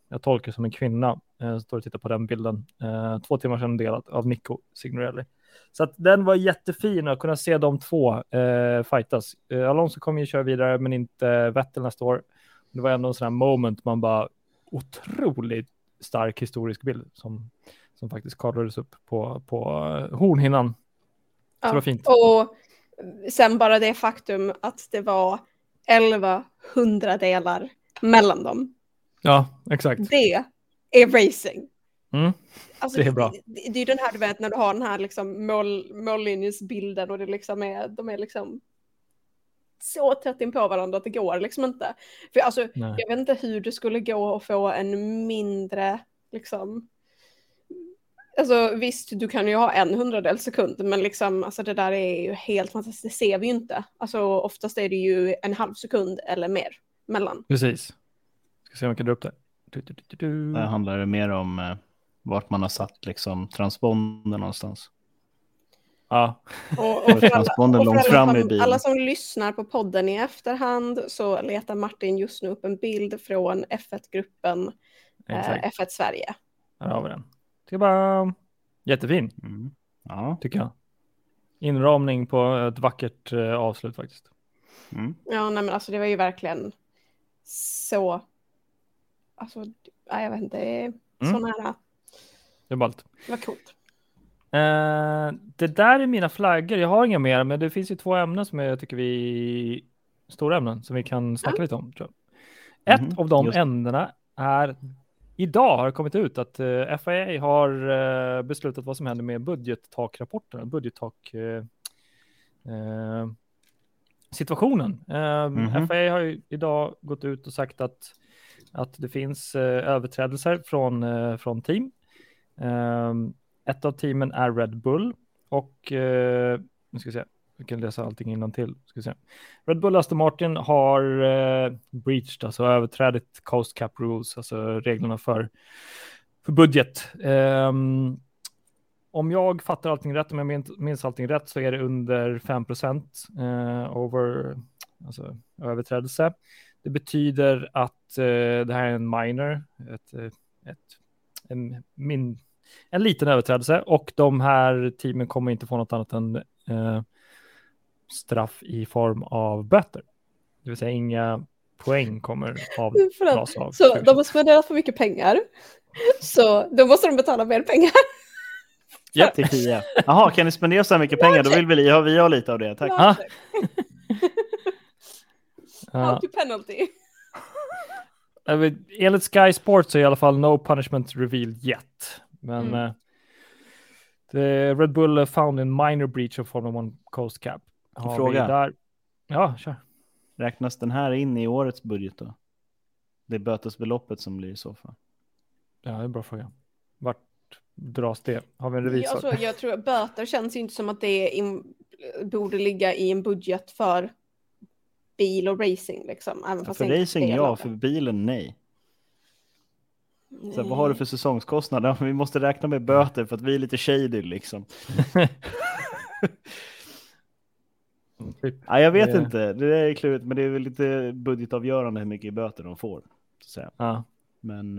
[SPEAKER 1] jag tolkar som en kvinna. Står och tittar på den bilden. 2 timmar sedan delat av Nico Signorelli. Så att den var jättefin att kunna se de två fightas. Alonso kommer ju köra vidare men inte Vettel nästa år. Det var ändå en sån här moment man bara otroligt stark historisk bild som faktiskt kadrades upp på hornhinnan. Så det var fint.
[SPEAKER 3] Och sen bara det faktum att det var 1100 delar mellan dem.
[SPEAKER 1] Ja, exakt.
[SPEAKER 3] Det är racing. Alltså,
[SPEAKER 1] det är bra.
[SPEAKER 3] Det är den här, du vet, när du har den här liksom mållinjesbilden och det liksom de är liksom så tätt in på varandra att det går liksom inte. För alltså, jag vet inte hur det skulle gå att få en mindre liksom. Alltså visst, du kan ju ha 1/100 sekund, men liksom, alltså det där är ju helt fantastiskt, det ser vi ju inte. Alltså oftast är det ju 1/2 sekund eller mer mellan.
[SPEAKER 1] Precis. Ska se om jag kan dra upp det.
[SPEAKER 2] Där handlar det mer om vart man har satt liksom transpondern någonstans.
[SPEAKER 1] Ja.
[SPEAKER 3] Och för alla som lyssnar på podden i efterhand så letar Martin just nu upp en bild från F1-gruppen F1 Sverige.
[SPEAKER 1] Här har vi den. Det bara jättefin.
[SPEAKER 2] Ja,
[SPEAKER 1] tycker jag. Inramning på ett vackert avslut faktiskt.
[SPEAKER 3] Ja, nej, men alltså det var ju verkligen så, alltså jag vet inte, det är så nära.
[SPEAKER 1] Det är ballt.
[SPEAKER 3] Det var coolt.
[SPEAKER 1] Det där är mina flaggor. Jag har inga mer, men det finns ju 2 ämnen som jag tycker vi stora ämnen som vi kan snacka lite om, tror jag. Ett av de ämnena är idag har det kommit ut att FIA har beslutat vad som händer med budgettakrapporten, situationen. FIA har ju idag gått ut och sagt att det finns överträdelser från team. Ett av teamen är Red Bull och nu ska vi se, vi kan läsa allting innantill. Ska vi se. Red Bull och Aston Martin har breached, alltså överträdigt cost cap rules, alltså reglerna för budget. Om jag fattar allting rätt, om jag minns allting rätt, så är det under 5% alltså överträdelse. Det betyder att det här är en minor, en liten överträdelse, och de här teamen kommer inte få något annat än straff i form av böter. Det vill säga inga poäng kommer avdras av.
[SPEAKER 3] Så de har spenderat för mycket pengar, så då måste de betala mer pengar.
[SPEAKER 2] Ja, till FIA. Jaha, kan ni spendera så här mycket pengar? Då vill vi ha lite av det, tack.
[SPEAKER 3] How to penalty.
[SPEAKER 1] Enligt Sky Sports så är i alla fall no punishment revealed yet. Men Red Bull found in minor breach of Formula 1 cost cap.
[SPEAKER 2] Fråga.
[SPEAKER 1] Där... Ja, kör.
[SPEAKER 2] Räknas den här in i årets budget då? Det är bötesbeloppet som blir i så fall.
[SPEAKER 1] Ja, det är en bra fråga. Vart dras det? Har vi en revisor?
[SPEAKER 3] Alltså, jag tror att böter känns inte som att det borde ligga i en budget för bil och racing. Liksom, även
[SPEAKER 2] för racing ja, för bilen nej. Så vad har du för säsongskostnader? Vi måste räkna med böter för att vi är lite shady liksom. Ja, jag vet inte. Det är klurigt, men det är väl lite budgetavgörande hur mycket böter de får. Så att säga.
[SPEAKER 1] Ja.
[SPEAKER 2] Men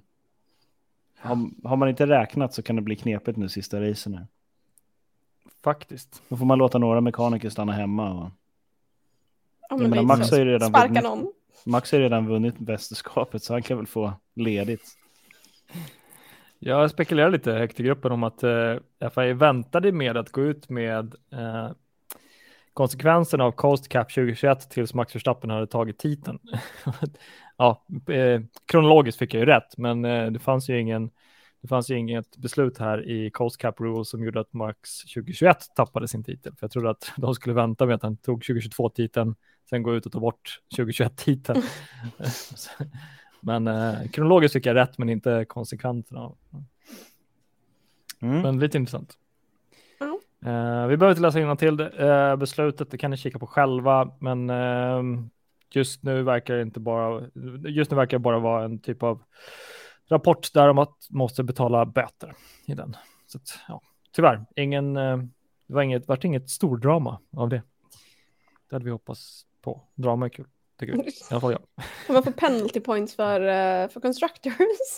[SPEAKER 2] har man inte räknat så kan det bli knepigt nu sista racen här.
[SPEAKER 1] Faktiskt.
[SPEAKER 2] Då får man låta några mekaniker stanna hemma.
[SPEAKER 3] Ja, men
[SPEAKER 2] Max har ju redan
[SPEAKER 3] sparka någon.
[SPEAKER 2] Max har redan vunnit mästerskapet, så han kan väl få ledigt.
[SPEAKER 1] Jag spekulerar lite högt i gruppen om att FIA väntade med att gå ut med konsekvenserna av Coast Cap 2021 tills Max Verstappen hade tagit titeln. Ja, kronologiskt fick jag ju rätt, men det fanns ju inget beslut här i Coast Cap Rules som gjorde att Max 2021 tappade sin titel. För jag trodde att de skulle vänta med att han tog 2022-titeln, sen gå ut och ta bort 2021-titeln. Men kronologiskt fick jag rätt, men inte konsekvenserna. Men lite intressant. Vi behöver inte läsa innantill beslutet, det kan ni kika på själva, men just nu verkar det bara vara en typ av rapport där om att måste betala böter i den. Så att, ja, tyvärr, det var inget stordrama av det. Det hade vi hoppats på. Drama är kul. tycker vi. I alla fall jag.
[SPEAKER 3] Kan man få penalty points för constructors?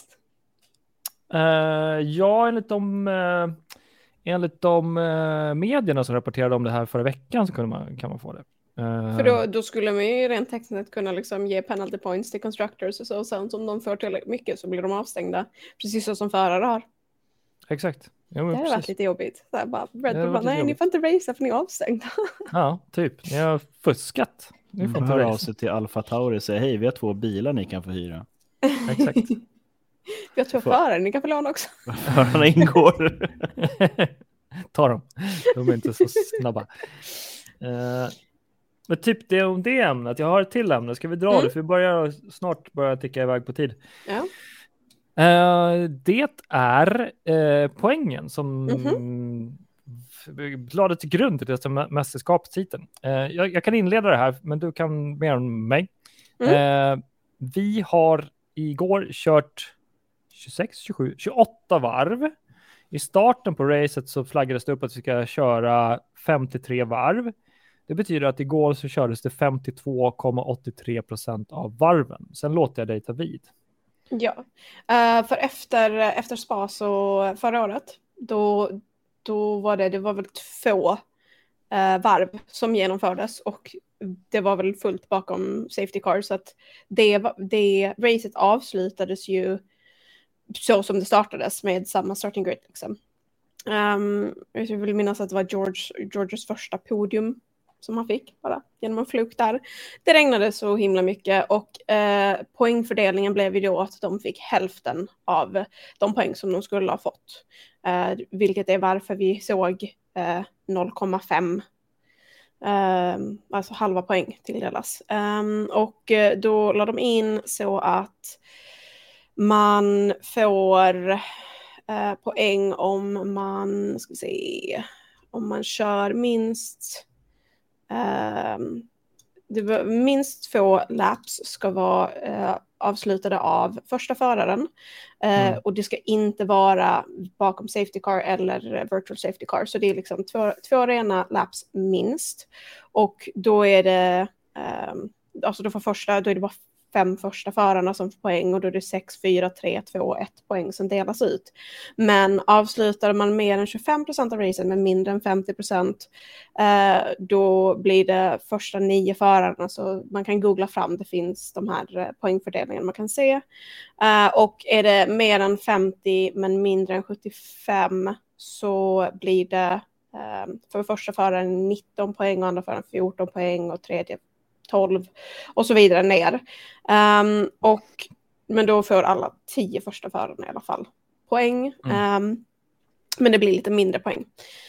[SPEAKER 1] Ja, enligt de medierna som rapporterade om det här förra veckan så kan man få det.
[SPEAKER 3] För då skulle man ju rent tekniskt kunna liksom ge penalty points till constructors och så, och sen om de får tillräckligt mycket så blir de avstängda, precis så som förare har.
[SPEAKER 1] Exakt. Ja,
[SPEAKER 3] det har varit lite jobbigt. Så här bara, Red Bull bara, nej, ni får inte racea för ni är avstängda.
[SPEAKER 1] Ja, typ. Ni har fuskat.
[SPEAKER 2] Ni får inte höra av sig till Alfa Tauri och säga, hej, vi har 2 bilar ni kan få hyra.
[SPEAKER 1] Exakt.
[SPEAKER 3] Vi har 2 förare, ni kan få låna också.
[SPEAKER 2] Förarna ingår.
[SPEAKER 1] Ta dem. De är inte så snabba. Men typ det om det ämnet. Jag har ett till ämne. Ska vi dra det? För vi snart börjar ticka iväg på tid.
[SPEAKER 3] Ja.
[SPEAKER 1] Det är poängen som lade till grund till det mästerskapstiteln. Jag kan inleda det här, men du kan mer än mig. Vi har igår kört 26, 27, 28 varv. I starten på racet så flaggades det upp att vi ska köra 53 varv. Det betyder att igår så kördes det 52,83% av varven. Sen låter jag dig ta vid.
[SPEAKER 3] Ja, för efter Spa så förra året, då var det var väl 2 varv som genomfördes och det var väl fullt bakom safety car, så att det racet avslutades ju så som det startades med samma starting grid liksom. Jag vill minnas att det var Georges första podium som han fick bara genom en fluk där. Det regnade så himla mycket och poängfördelningen blev ju då att de fick hälften av de poäng som de skulle ha fått. Vilket är varför vi såg 0,5 alltså halva poäng tilldelas. Och då la de in så att man får poäng om man kör minst minst 2 laps ska vara avslutade av första föraren och det ska inte vara bakom safety car eller virtual safety car, så det är liksom 2 rena laps minst, och då är det alltså då är det bara 5 första förarna som får poäng och då är det 6, 4, 3, 2, 1 poäng som delas ut. Men avslutar man mer än 25% av racen med mindre än 50%, då blir det första 9 förarna, så man kan googla fram, det finns de här poängfördelningarna man kan se. Och är det mer än 50 men mindre än 75 så blir det för första föraren 19 poäng och andra föraren 14 poäng och tredje 12 och så vidare ner. Men då får alla 10 första förarna i alla fall poäng. Men det blir lite mindre poäng.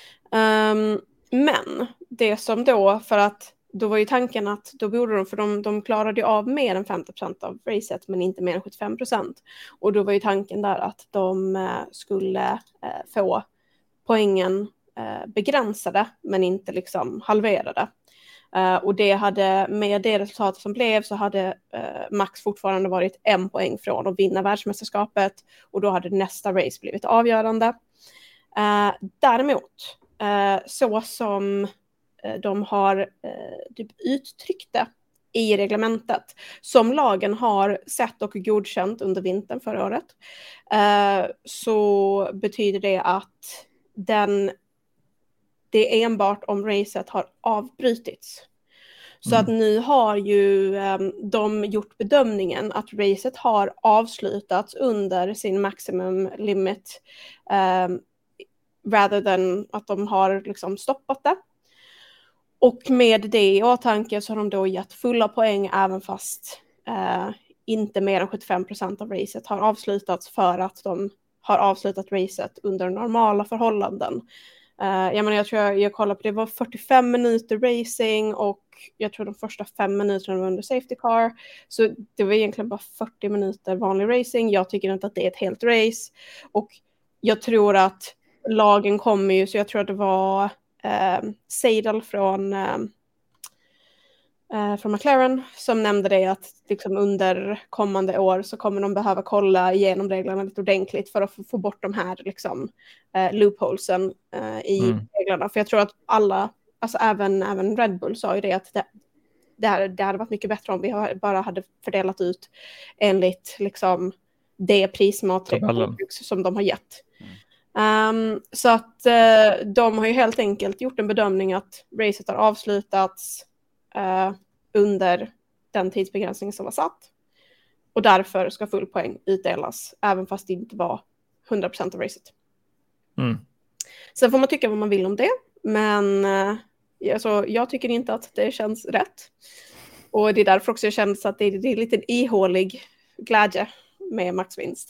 [SPEAKER 3] Men det som då, för att då var ju tanken att då borde de, för de klarade ju av mer än 50% av racet men inte mer än 75%. Och då var ju tanken där att de skulle få poängen begränsade men inte liksom halverade. Och det hade, med det resultatet som blev, så hade Max fortfarande varit 1 poäng från att vinna världsmästerskapet, och då hade nästa race blivit avgörande. Däremot, så som de har typ uttryckt det i reglementet, som lagen har sett och godkänt under vintern förra året, så betyder det att det är enbart om racet har avbrutits. Så att nu har ju de gjort bedömningen att racet har avslutats under sin maximum limit, rather than att de har liksom stoppat det. Och med det i åtanke så har de då gett fulla poäng även fast inte mer än 75% av racet har avslutats, för att de har avslutat racet under normala förhållanden. Jag tror jag kollade på det, var 45 minuter racing och jag tror de första 5 minuterna var under safety car, så det var egentligen bara 40 minuter vanlig racing. Jag tycker inte att det är ett helt race, och jag tror att lagen kommer ju, så jag tror att det var Seidel från McLaren som nämnde det, att liksom under kommande år så kommer de behöva kolla igenom reglerna lite ordentligt för att få bort de här liksom, loopholesen i reglerna. För jag tror att alla, alltså även Red Bull sa ju det, att det hade varit mycket bättre om vi bara hade fördelat ut enligt liksom det prismatrix som de har gett. Så att de har ju helt enkelt gjort en bedömning att racet har avslutats under den tidsbegränsning som var satt. Och därför ska full poäng utdelas, även fast det inte var 100% av racet. Sen får man tycka vad man vill om det, men alltså, jag tycker inte att det känns rätt. Och det är därför också jag känner att det är lite ihålig glädje med maxvinst.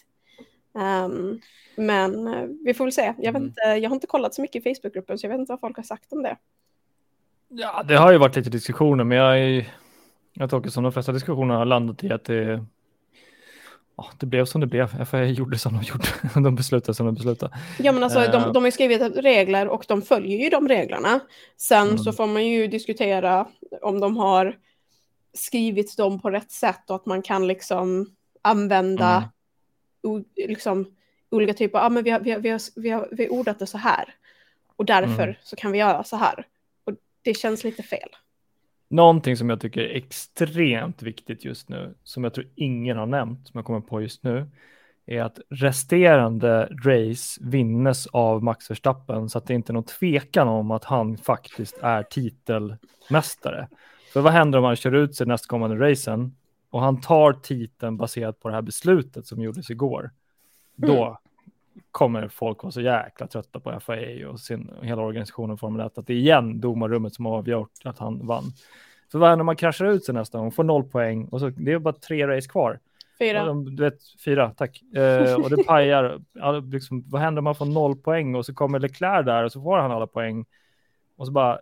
[SPEAKER 3] Men vi får väl se. Jag har inte kollat så mycket i Facebookgruppen, så jag vet inte vad folk har sagt om det.
[SPEAKER 1] Ja, det har ju varit lite diskussioner, men jag tycker som de flesta diskussioner har landat i att det blev som det blev. FA gjorde som de gjorde. De beslutade som de beslutade.
[SPEAKER 3] Ja, men alltså de har skrivit regler och de följer ju de reglerna. Sen så får man ju diskutera om de har skrivit dem på rätt sätt och att man kan liksom använda liksom olika typer. Men vi har ordat det så här. Och därför så kan vi göra så här. Och det känns lite fel.
[SPEAKER 1] Någonting som jag tycker är extremt viktigt just nu, som jag tror ingen har nämnt, som jag kommer på just nu, är att resterande race vinnes av Max Verstappen, så att det inte är någon tvekan om att han faktiskt är titelmästare. För vad händer om han kör ut sig nästkommande racen och han tar titeln baserat på det här beslutet som gjordes igår? Då kommer folk vara så jäkla trötta på FIA och hela organisationen Formel 1 att det är igen domarrummet som har avgjort att han vann. För vad händer om man kraschar ut sig nästa gång, får 0 poäng och så det är bara 3 race kvar.
[SPEAKER 3] 4.
[SPEAKER 1] Du vet, 4, tack. Och det pajar. Liksom, vad händer om man får 0 poäng och så kommer Leclerc där och så får han alla poäng. Och så bara,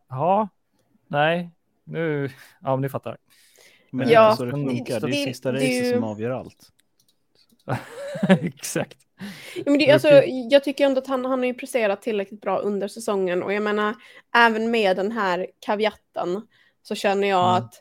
[SPEAKER 1] ni fattar.
[SPEAKER 2] Men det är inte så det funkar. Det är sista racet som avgör allt.
[SPEAKER 1] Exakt.
[SPEAKER 3] Ja, men jag tycker ändå att han har ju presterat tillräckligt bra under säsongen, och jag menar även med den här kaviatten så känner jag att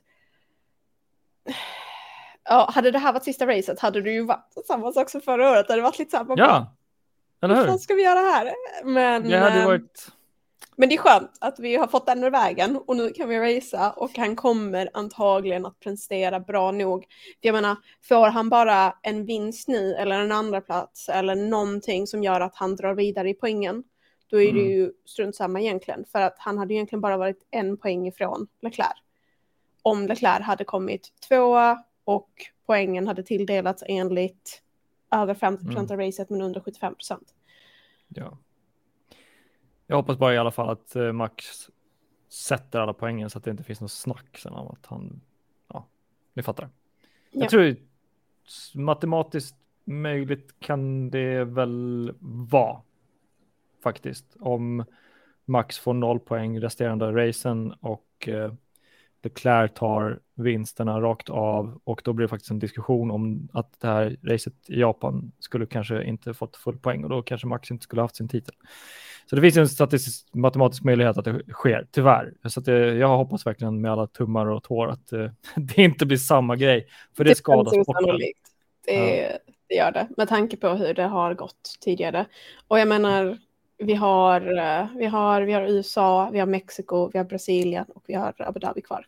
[SPEAKER 3] hade det här varit sista racet hade det ju varit samma sak som förra året. Det hade varit lite så här,
[SPEAKER 1] eller hur?
[SPEAKER 3] Vad ska vi göra här? Men
[SPEAKER 1] det hade varit...
[SPEAKER 3] Men det är skönt att vi har fått den ur vägen och nu kan vi racea, och han kommer antagligen att prestera bra nog. För jag menar, får han bara en vinst nu eller en andra plats eller någonting som gör att han drar vidare i poängen, då är det ju strunt samma egentligen. För att han hade egentligen bara varit 1 poäng ifrån Leclerc. Om Leclerc hade kommit 2 och poängen hade tilldelats enligt över 50% av racet men under 75%.
[SPEAKER 1] Ja. Jag hoppas bara i alla fall att Max sätter alla poängen så att det inte finns något snack sen om att han, ni fattar.
[SPEAKER 3] Ja.
[SPEAKER 1] Jag tror matematiskt möjligt kan det väl vara faktiskt om Max får 0 poäng resterande racen och Leclerc tar vinsterna rakt av, och då blir det faktiskt en diskussion om att det här racet i Japan skulle kanske inte fått full poäng och då kanske Max inte skulle haft sin titel. Så det finns ju en statistisk matematisk möjlighet att det sker, tyvärr. Så att jag hoppas verkligen med alla tummar och tår att det inte blir samma grej, för det skadar sporten.
[SPEAKER 3] Det gör det, med tanke på hur det har gått tidigare. Och jag menar, vi har USA, vi har Mexiko, vi har Brasilien och vi har Abu Dhabi kvar.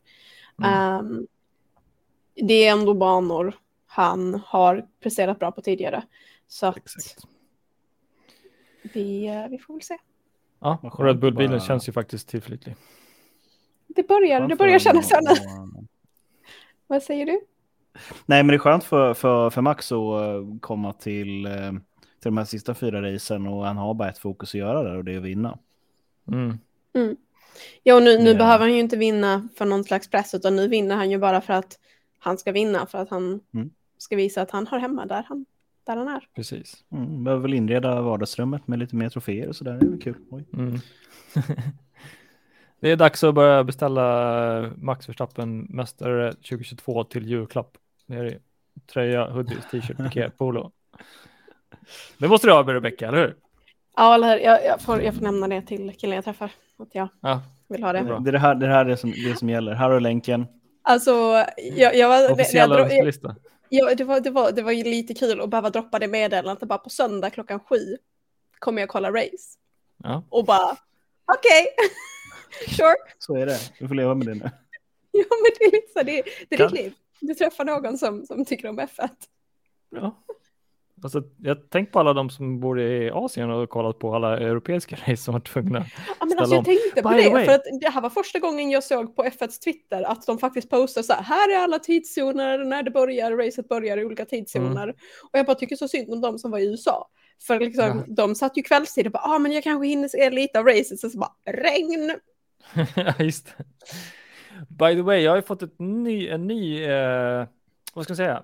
[SPEAKER 3] Det är ändå banor han har presterat bra på tidigare. Så att vi får väl se.
[SPEAKER 1] Ja, och Red Bull-bilen känns ju faktiskt tillförlitlig.
[SPEAKER 3] Det börjar kännas så. Vad säger du?
[SPEAKER 2] Nej, men det är skönt för Max att komma till de här sista 4 racen, och han har bara ett fokus att göra där, och det är att vinna.
[SPEAKER 3] Ja, och nu behöver han ju inte vinna för någon slags press, utan nu vinner han ju bara för att han ska vinna, för att han ska visa att han har hemma där han är.
[SPEAKER 1] Precis.
[SPEAKER 2] Behöver väl inreda vardagsrummet med lite mer troféer och sådär. Det är väl kul.
[SPEAKER 1] Det är dags att börja beställa Max Verstappen mästare 2022 till julklapp. Det är tröja, hoodies, t-shirt, piké, polo. Det måste du ha med Rebecca, eller hur?
[SPEAKER 3] Ja, eller jag får nämna det till killen jag träffar. Att jag vill ha det.
[SPEAKER 2] Det här är det som gäller. Här har länkgen.
[SPEAKER 3] Alltså, jag var...
[SPEAKER 1] Officiella önskelista.
[SPEAKER 3] Ja, det var ju lite kul att behöva droppa det meddelandet att bara på söndag 7:00 kommer jag kolla race.
[SPEAKER 1] Ja.
[SPEAKER 3] Och bara, okej. Sure.
[SPEAKER 2] Så är det. Du får leva med det nu.
[SPEAKER 3] Ja, men det är lite så, det är ditt liv. Du träffar någon som tycker om F1.
[SPEAKER 1] Ja. Alltså, jag tänker på alla de som bor i Asien och kollat på alla europeiska race som var tvungna att
[SPEAKER 3] men alltså, jag tänkte på det, för att det här var första gången jag såg på F1s Twitter att de faktiskt postar så här är alla tidszoner när det börjar, racet börjar i olika tidszoner. Och jag bara tycker så synd om de som var i USA. För liksom, de satt ju kvällstid och bara, men jag kanske hinner se lite av racet, så bara, regn!
[SPEAKER 1] Ja, just det. By the way, jag har ju fått en ny vad ska jag säga,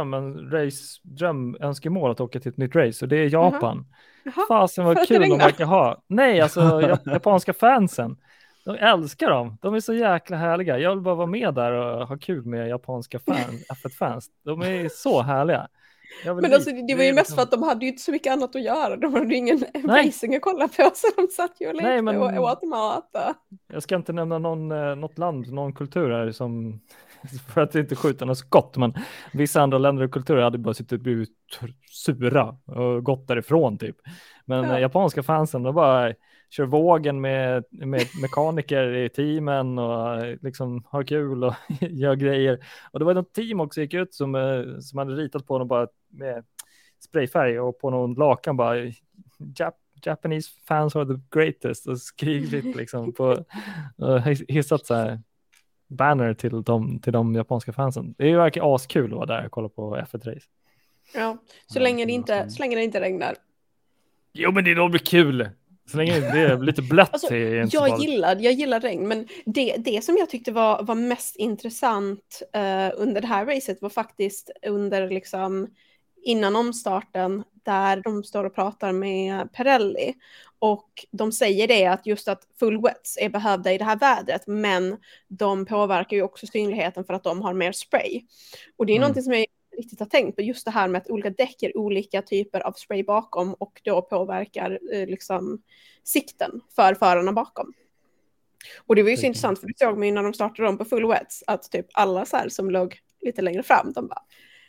[SPEAKER 1] drömönskemål att åka till ett nytt race, och det är Japan. Fasen vad kul de verkar ha. Nej, alltså japanska fansen, de älskar dem. De är så jäkla härliga. Jag vill bara vara med där och ha kul med japanska F1-fans. De är så härliga.
[SPEAKER 3] Men alltså, det var ju mest för att de hade ju inte så mycket annat att göra. De hade ju ingen racing att kolla på, så de satt ju och lekte och åt mat.
[SPEAKER 1] Jag ska inte nämna något land, någon kultur här som, för att inte skjuta något skott, men vissa andra länder och kulturer hade bara suttit och blivit sura och gått därifrån typ. Men japanska fansen, de bara kör vågen med mekaniker i teamen och liksom har kul och gör grejer. Och det var något team också gick ut som hade ritat på dem bara med sprayfärg och på någon lakan bara Japanese fans are the greatest och skrivit liksom på hissat så här banner till de japanska fansen. Det är ju verkligen askul att vara där och kolla på F1-race.
[SPEAKER 3] Ja, så länge det inte regnar.
[SPEAKER 1] Jo, men det blir kul. Så länge det är lite blött.
[SPEAKER 3] Alltså, jag gillar regn, men det som jag tyckte var mest intressant under det här racet var faktiskt under liksom innan omstarten, där de står och pratar med Pirelli, och de säger det att just att full wets är behövda i det här vädret, men de påverkar ju också synligheten för att de har mer spray. Och det är någonting som jag riktigt har tänkt på, just det här med att olika däck är olika typer av spray bakom, och då påverkar liksom sikten för förarna bakom. Och det var ju så intressant, för det såg man ju när de startade om på full wets att typ alla så här som låg lite längre fram, de bara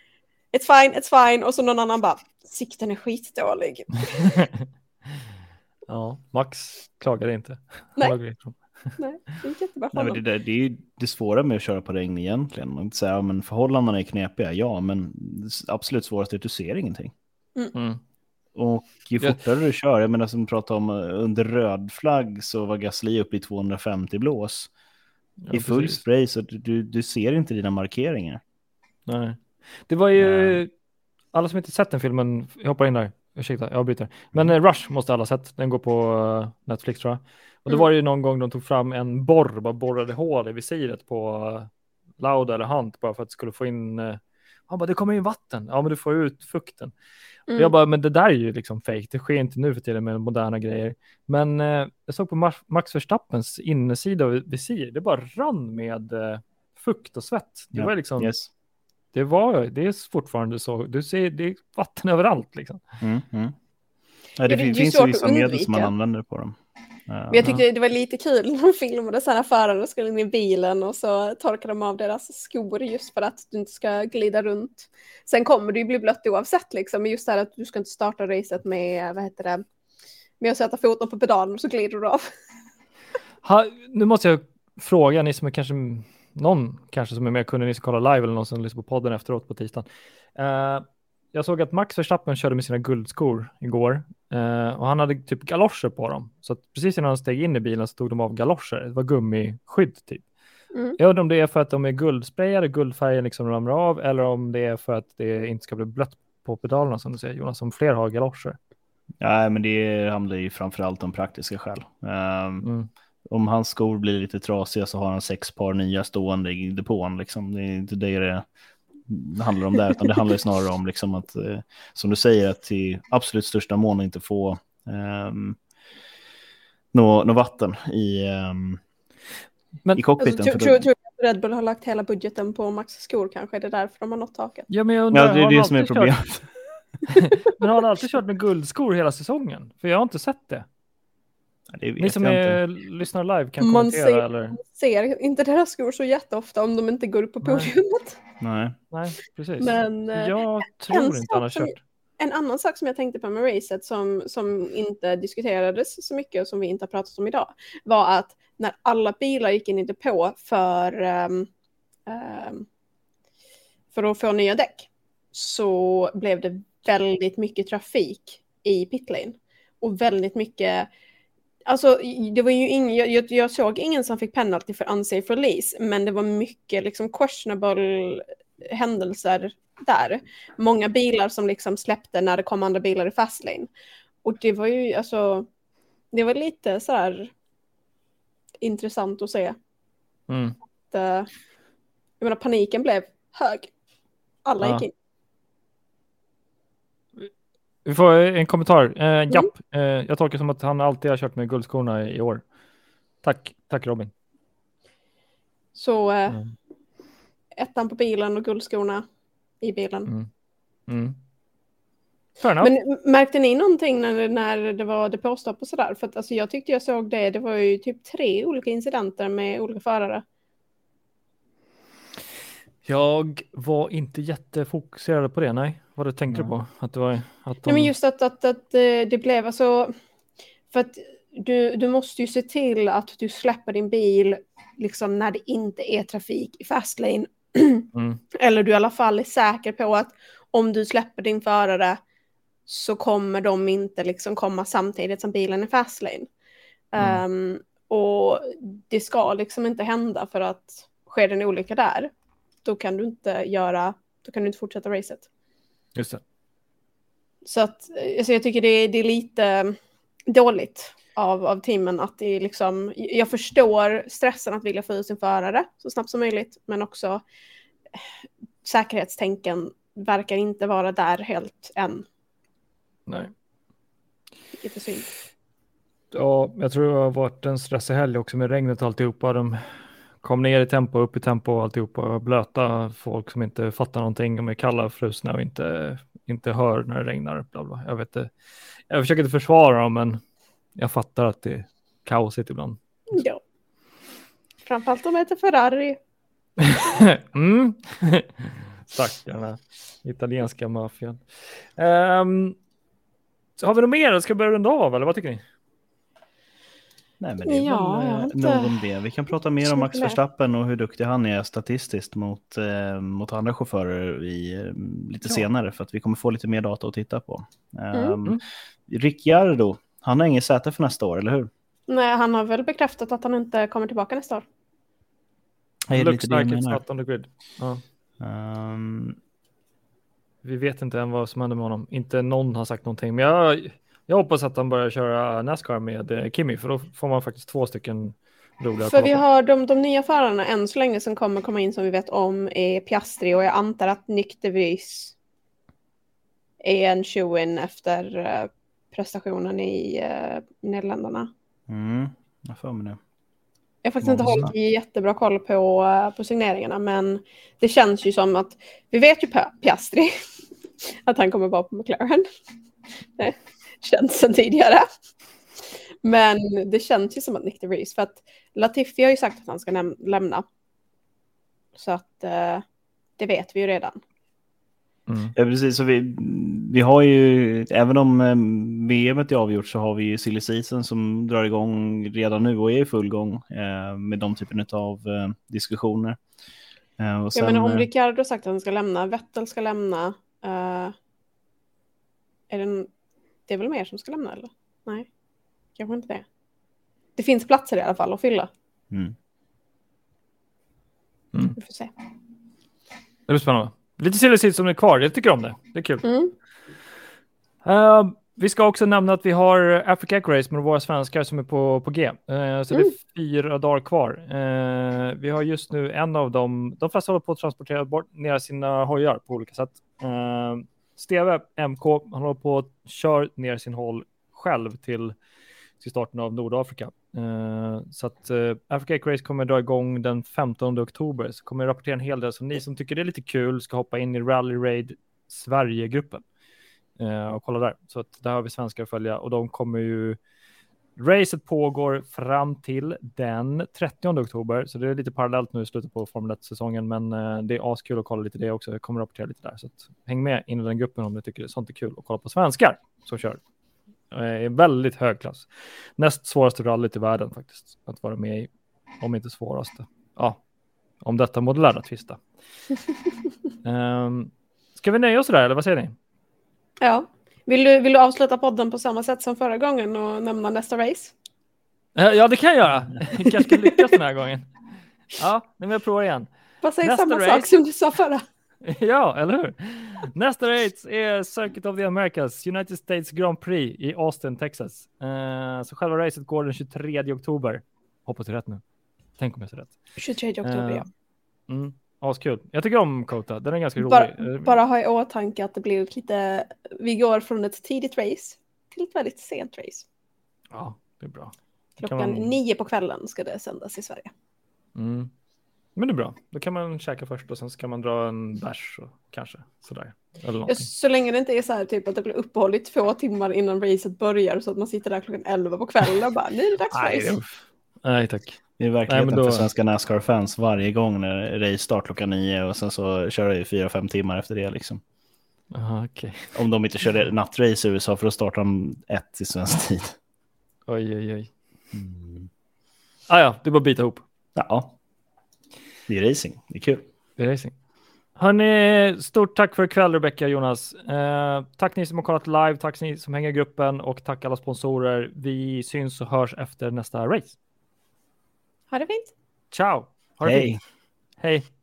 [SPEAKER 3] it's fine, och så någon annan bara sikten är skitdålig.
[SPEAKER 2] Ja, Max klagar inte.
[SPEAKER 3] Nej, det är jättebra.
[SPEAKER 2] Nej, men det är ju det svåra med att köra på regn egentligen. Man inte säga, men förhållandena är knepiga, men absolut svårast är att du ser ingenting. Och ju fortare du kör, jag menar som vi pratade om under röd flagg så var Gasly uppe i 250 blås. I full spray så du ser inte dina markeringar.
[SPEAKER 1] Nej. Det var ju alla som inte sett den filmen, jag hoppar in där. Ursäkta, jag avbryter. Men Rush måste alla ha sett. Den går på Netflix tror jag. Och det var ju någon gång de tog fram en borrade hål i visiret på Lauda eller Hunt bara för att skulle få in han bara, det kommer in vatten. Ja, men du får ut fukten. Och jag bara, men det där är ju liksom fake. Det sker inte nu för tiden med moderna grejer. Men jag såg på Max Verstappens innesida av visir. Det bara rann med fukt och svett. Det var liksom det är fortfarande så. Du ser, det är vatten överallt liksom.
[SPEAKER 2] Ja, det finns ju vissa medel som man använder på dem.
[SPEAKER 3] Men jag tyckte det var lite kul när de filmade så här förare skulle in i bilen och så torkar de av deras skor just för att du inte ska glida runt. Sen kommer du ju bli blött oavsett liksom, men just det här att du ska inte starta racet med, med att sätta foten på pedalen och så glider du av.
[SPEAKER 1] Nu måste jag fråga ni som är kanske någon som är mer kunnig, ni ska kolla live eller någon som lyssnar på podden efteråt på tisdagen. Jag såg att Max Verstappen körde med sina guldskor igår och han hade typ galoscher på dem. Så att precis innan han steg in i bilen så tog de av galoscher. Det var gummiskydd typ. Jag undrar om det är för att de är guldsprayade, guldfärgen liksom ramlar av, eller om det är för att det inte ska bli blött på pedalerna som du säger Jonas, som fler har galoscher.
[SPEAKER 2] Ja, men det handlar ju framförallt om praktiska skäl. Om hans skor blir lite trasiga så har han 6 par nya stående i depån. Liksom. Det är inte det handlar om där, utan det handlar snarare om liksom att, som du säger, att till absolut största mån inte få nå vatten i cockpiten.
[SPEAKER 3] Alltså, tror du att Red Bull har lagt hela budgeten på Max skor kanske? Är det därför de har nått taket?
[SPEAKER 1] Ja, men jag undrar,
[SPEAKER 2] det är det som är problemet.
[SPEAKER 1] Men har han alltid kört med guldskor hela säsongen? För jag har inte sett det. Ni som lyssnar live kan kommentera. Man
[SPEAKER 3] ser inte deras skor så jätteofta om de inte går upp på podiumet.
[SPEAKER 2] Nej,
[SPEAKER 1] precis.
[SPEAKER 3] Men
[SPEAKER 1] jag tror inte han har kört.
[SPEAKER 3] en annan sak som jag tänkte på med racet som inte diskuterades så mycket och som vi inte har pratat om idag var att när alla bilar gick in i depå för att få nya däck så blev det väldigt mycket trafik i pitlane och väldigt mycket. Alltså, det var ju jag såg ingen som fick penalty för unsafe release, men det var mycket liksom questionable händelser där. Många bilar som liksom släppte när det kom andra bilar i fastlane. Och det var ju alltså, det var lite så här intressant att se. Att, jag menar, paniken blev hög. Alla gick in.
[SPEAKER 1] Vi får en kommentar. Japp, jag tolkar som att han alltid har kört med guldskorna i år. Tack Robin.
[SPEAKER 3] Så ettan på bilen och guldskorna i bilen. Men märkte ni någonting när det var depåstopp och sådär? För att, alltså, jag tyckte jag såg det var ju typ 3 olika incidenter med olika förare.
[SPEAKER 1] Jag var inte jättefokuserad på det, nej. Vad du tänkte du på? Att det var,
[SPEAKER 3] nej, men just att det blev alltså. För att du måste ju se till att du släpper din bil liksom när det inte är trafik i fastlane. Eller du i alla fall är säker på att om du släpper din förare så kommer de inte liksom komma samtidigt som bilen är fastlane. Och det ska liksom inte hända, för att sker det en olycka där, då kan du inte fortsätta racet.
[SPEAKER 1] Just det.
[SPEAKER 3] Så att alltså jag tycker det är lite dåligt av teamen att det liksom, jag förstår stressen att vilja få ut sin förare så snabbt som möjligt, men också säkerhetstänken verkar inte vara där helt än.
[SPEAKER 1] Nej.
[SPEAKER 3] Lite synd.
[SPEAKER 1] Ja, jag tror det har varit en stressig helg också med regnet och alltihopa. De kom ner i tempo, upp i tempo och alltihopa. Blöta folk som inte fattar någonting. De är kalla, frusna och inte hör när det regnar. Bla bla. Jag vet inte. Jag försöker inte försvara dem, men jag fattar att det är kaosigt ibland.
[SPEAKER 3] Ja. Framförallt om det heter Ferrari.
[SPEAKER 1] Stackarna. Italienska maffian. Så har vi något mer? Ska vi börja runda av, eller vad tycker ni?
[SPEAKER 2] Nej, men det är väl någon det. Vi kan prata mer om Max Verstappen och hur duktig han är statistiskt mot andra chaufförer lite senare, för att vi kommer få lite mer data att titta på. Ricciardo, han har inget säte för nästa år, eller hur?
[SPEAKER 3] Nej, han har väl bekräftat att han inte kommer tillbaka nästa år.
[SPEAKER 1] Looks like it's not on the grid. Vi vet inte än vad som händer med honom. Inte någon har sagt någonting. Men jag hoppas att han börjar köra NASCAR med Kimi. För då får man faktiskt 2 stycken roliga.
[SPEAKER 3] För vi har de nya förarna än så länge som kommer komma in som vi vet om är Piastri. Och jag antar att Nyck de Vries är en show-in efter prestationen i Nederländerna.
[SPEAKER 2] Jag får med det.
[SPEAKER 3] Jag har faktiskt inte hållit jättebra koll på signeringarna, men det känns ju som att vi vet ju Piastri att han kommer vara på McLaren. Det känns sedan tidigare. Men det känns ju som att Nyck de Vries, för att Latifi har ju sagt att han ska lämna. Så att det vet vi ju redan.
[SPEAKER 2] Ja, precis. Så vi har ju, även om VM:et är avgjort, så har vi ju silly season som drar igång redan nu och är i full gång med de typen av diskussioner. Och sen,
[SPEAKER 3] jag menar, om Ricciardo har sagt att han ska lämna, Vettel ska lämna, det är väl mer som ska lämna, eller? Nej, kanske inte det. Det finns platser i alla fall att fylla. Vi får se.
[SPEAKER 1] Det blir spännande. Lite silly season som är kvar, jag tycker om det. Det är kul. Vi ska också nämna att vi har Africa Race med våra svenskar som är på G. Så det är 4 dagar kvar. Vi har just nu en av dem. De flesta håller på att transportera bort ner sina hojar på olika sätt. Steve MK, han håller på att köra ner sin håll själv till starten av Nordafrika. Så att Africa Race kommer dra igång den 15 oktober. Så kommer jag rapportera en hel del. Så ni som tycker det är lite kul ska hoppa in i Rally Raid Sverige-gruppen och kolla där. Så att där har vi svenskar att följa. Och de kommer ju Racet pågår fram till den 30 oktober, så det är lite parallellt nu i slutet på Formel 1-säsongen, men det är askul att kolla lite det också. Jag kommer att rapportera lite där, så att häng med in i den gruppen om du tycker sånt är kul att kolla på svenskar som kör. Är väldigt hög klass. Näst svåraste rallyt i världen faktiskt att vara med i, om inte svåraste. Ja, om detta modellära tvista. Ska vi nöja oss där, eller vad säger ni?
[SPEAKER 3] Ja. Vill du avsluta podden på samma sätt som förra gången och nämna nästa race?
[SPEAKER 1] Ja, det kan jag göra. Jag kanske ska lyckas den här gången. Ja, men jag provar igen.
[SPEAKER 3] Vad säger samma sak som du sa förra?
[SPEAKER 1] Ja, eller hur? Nästa race är Circuit of the Americas, United States Grand Prix i Austin, Texas. Så själva racet går den 23 oktober. Hoppas det är rätt nu. Tänk om jag ser rätt.
[SPEAKER 3] 23 oktober, ja.
[SPEAKER 1] Askul. Jag tycker om COTA. Den är ganska rolig.
[SPEAKER 3] Bara ha i åtanke att det blir lite... Vi går från ett tidigt race till ett väldigt sent race.
[SPEAKER 1] Ja, det är bra.
[SPEAKER 3] Klockan 9 på kvällen ska det sändas i Sverige.
[SPEAKER 1] Men det är bra. Då kan man käka först och sen ska man dra en bärs och kanske sådär. Eller
[SPEAKER 3] så länge det inte är så här typ att det blir uppehåll i 2 timmar innan racet börjar så att man sitter där klockan 11 på kvällen och bara, nu är det dags för race.
[SPEAKER 1] Nej, tack.
[SPEAKER 2] Det är verkligheten för svenska NASCAR-fans varje gång när race start klockan 9 och sen så kör det 4-5 timmar efter det liksom.
[SPEAKER 1] Aha, okay.
[SPEAKER 2] Om de inte kör nattrace i USA för att starta de 1 i svensk tid.
[SPEAKER 1] Oj. Ja, det är bara att bita ihop.
[SPEAKER 2] Ja. Det är racing, det är kul.
[SPEAKER 1] Det är racing. Hörrni, stort tack för ikväll Rebecca och Jonas. Tack ni som har kollat live, tack ni som hänger i gruppen och tack alla sponsorer. Vi syns och hörs efter nästa race.
[SPEAKER 3] Ha det fint.
[SPEAKER 1] Ciao. Ha det fint. Hej.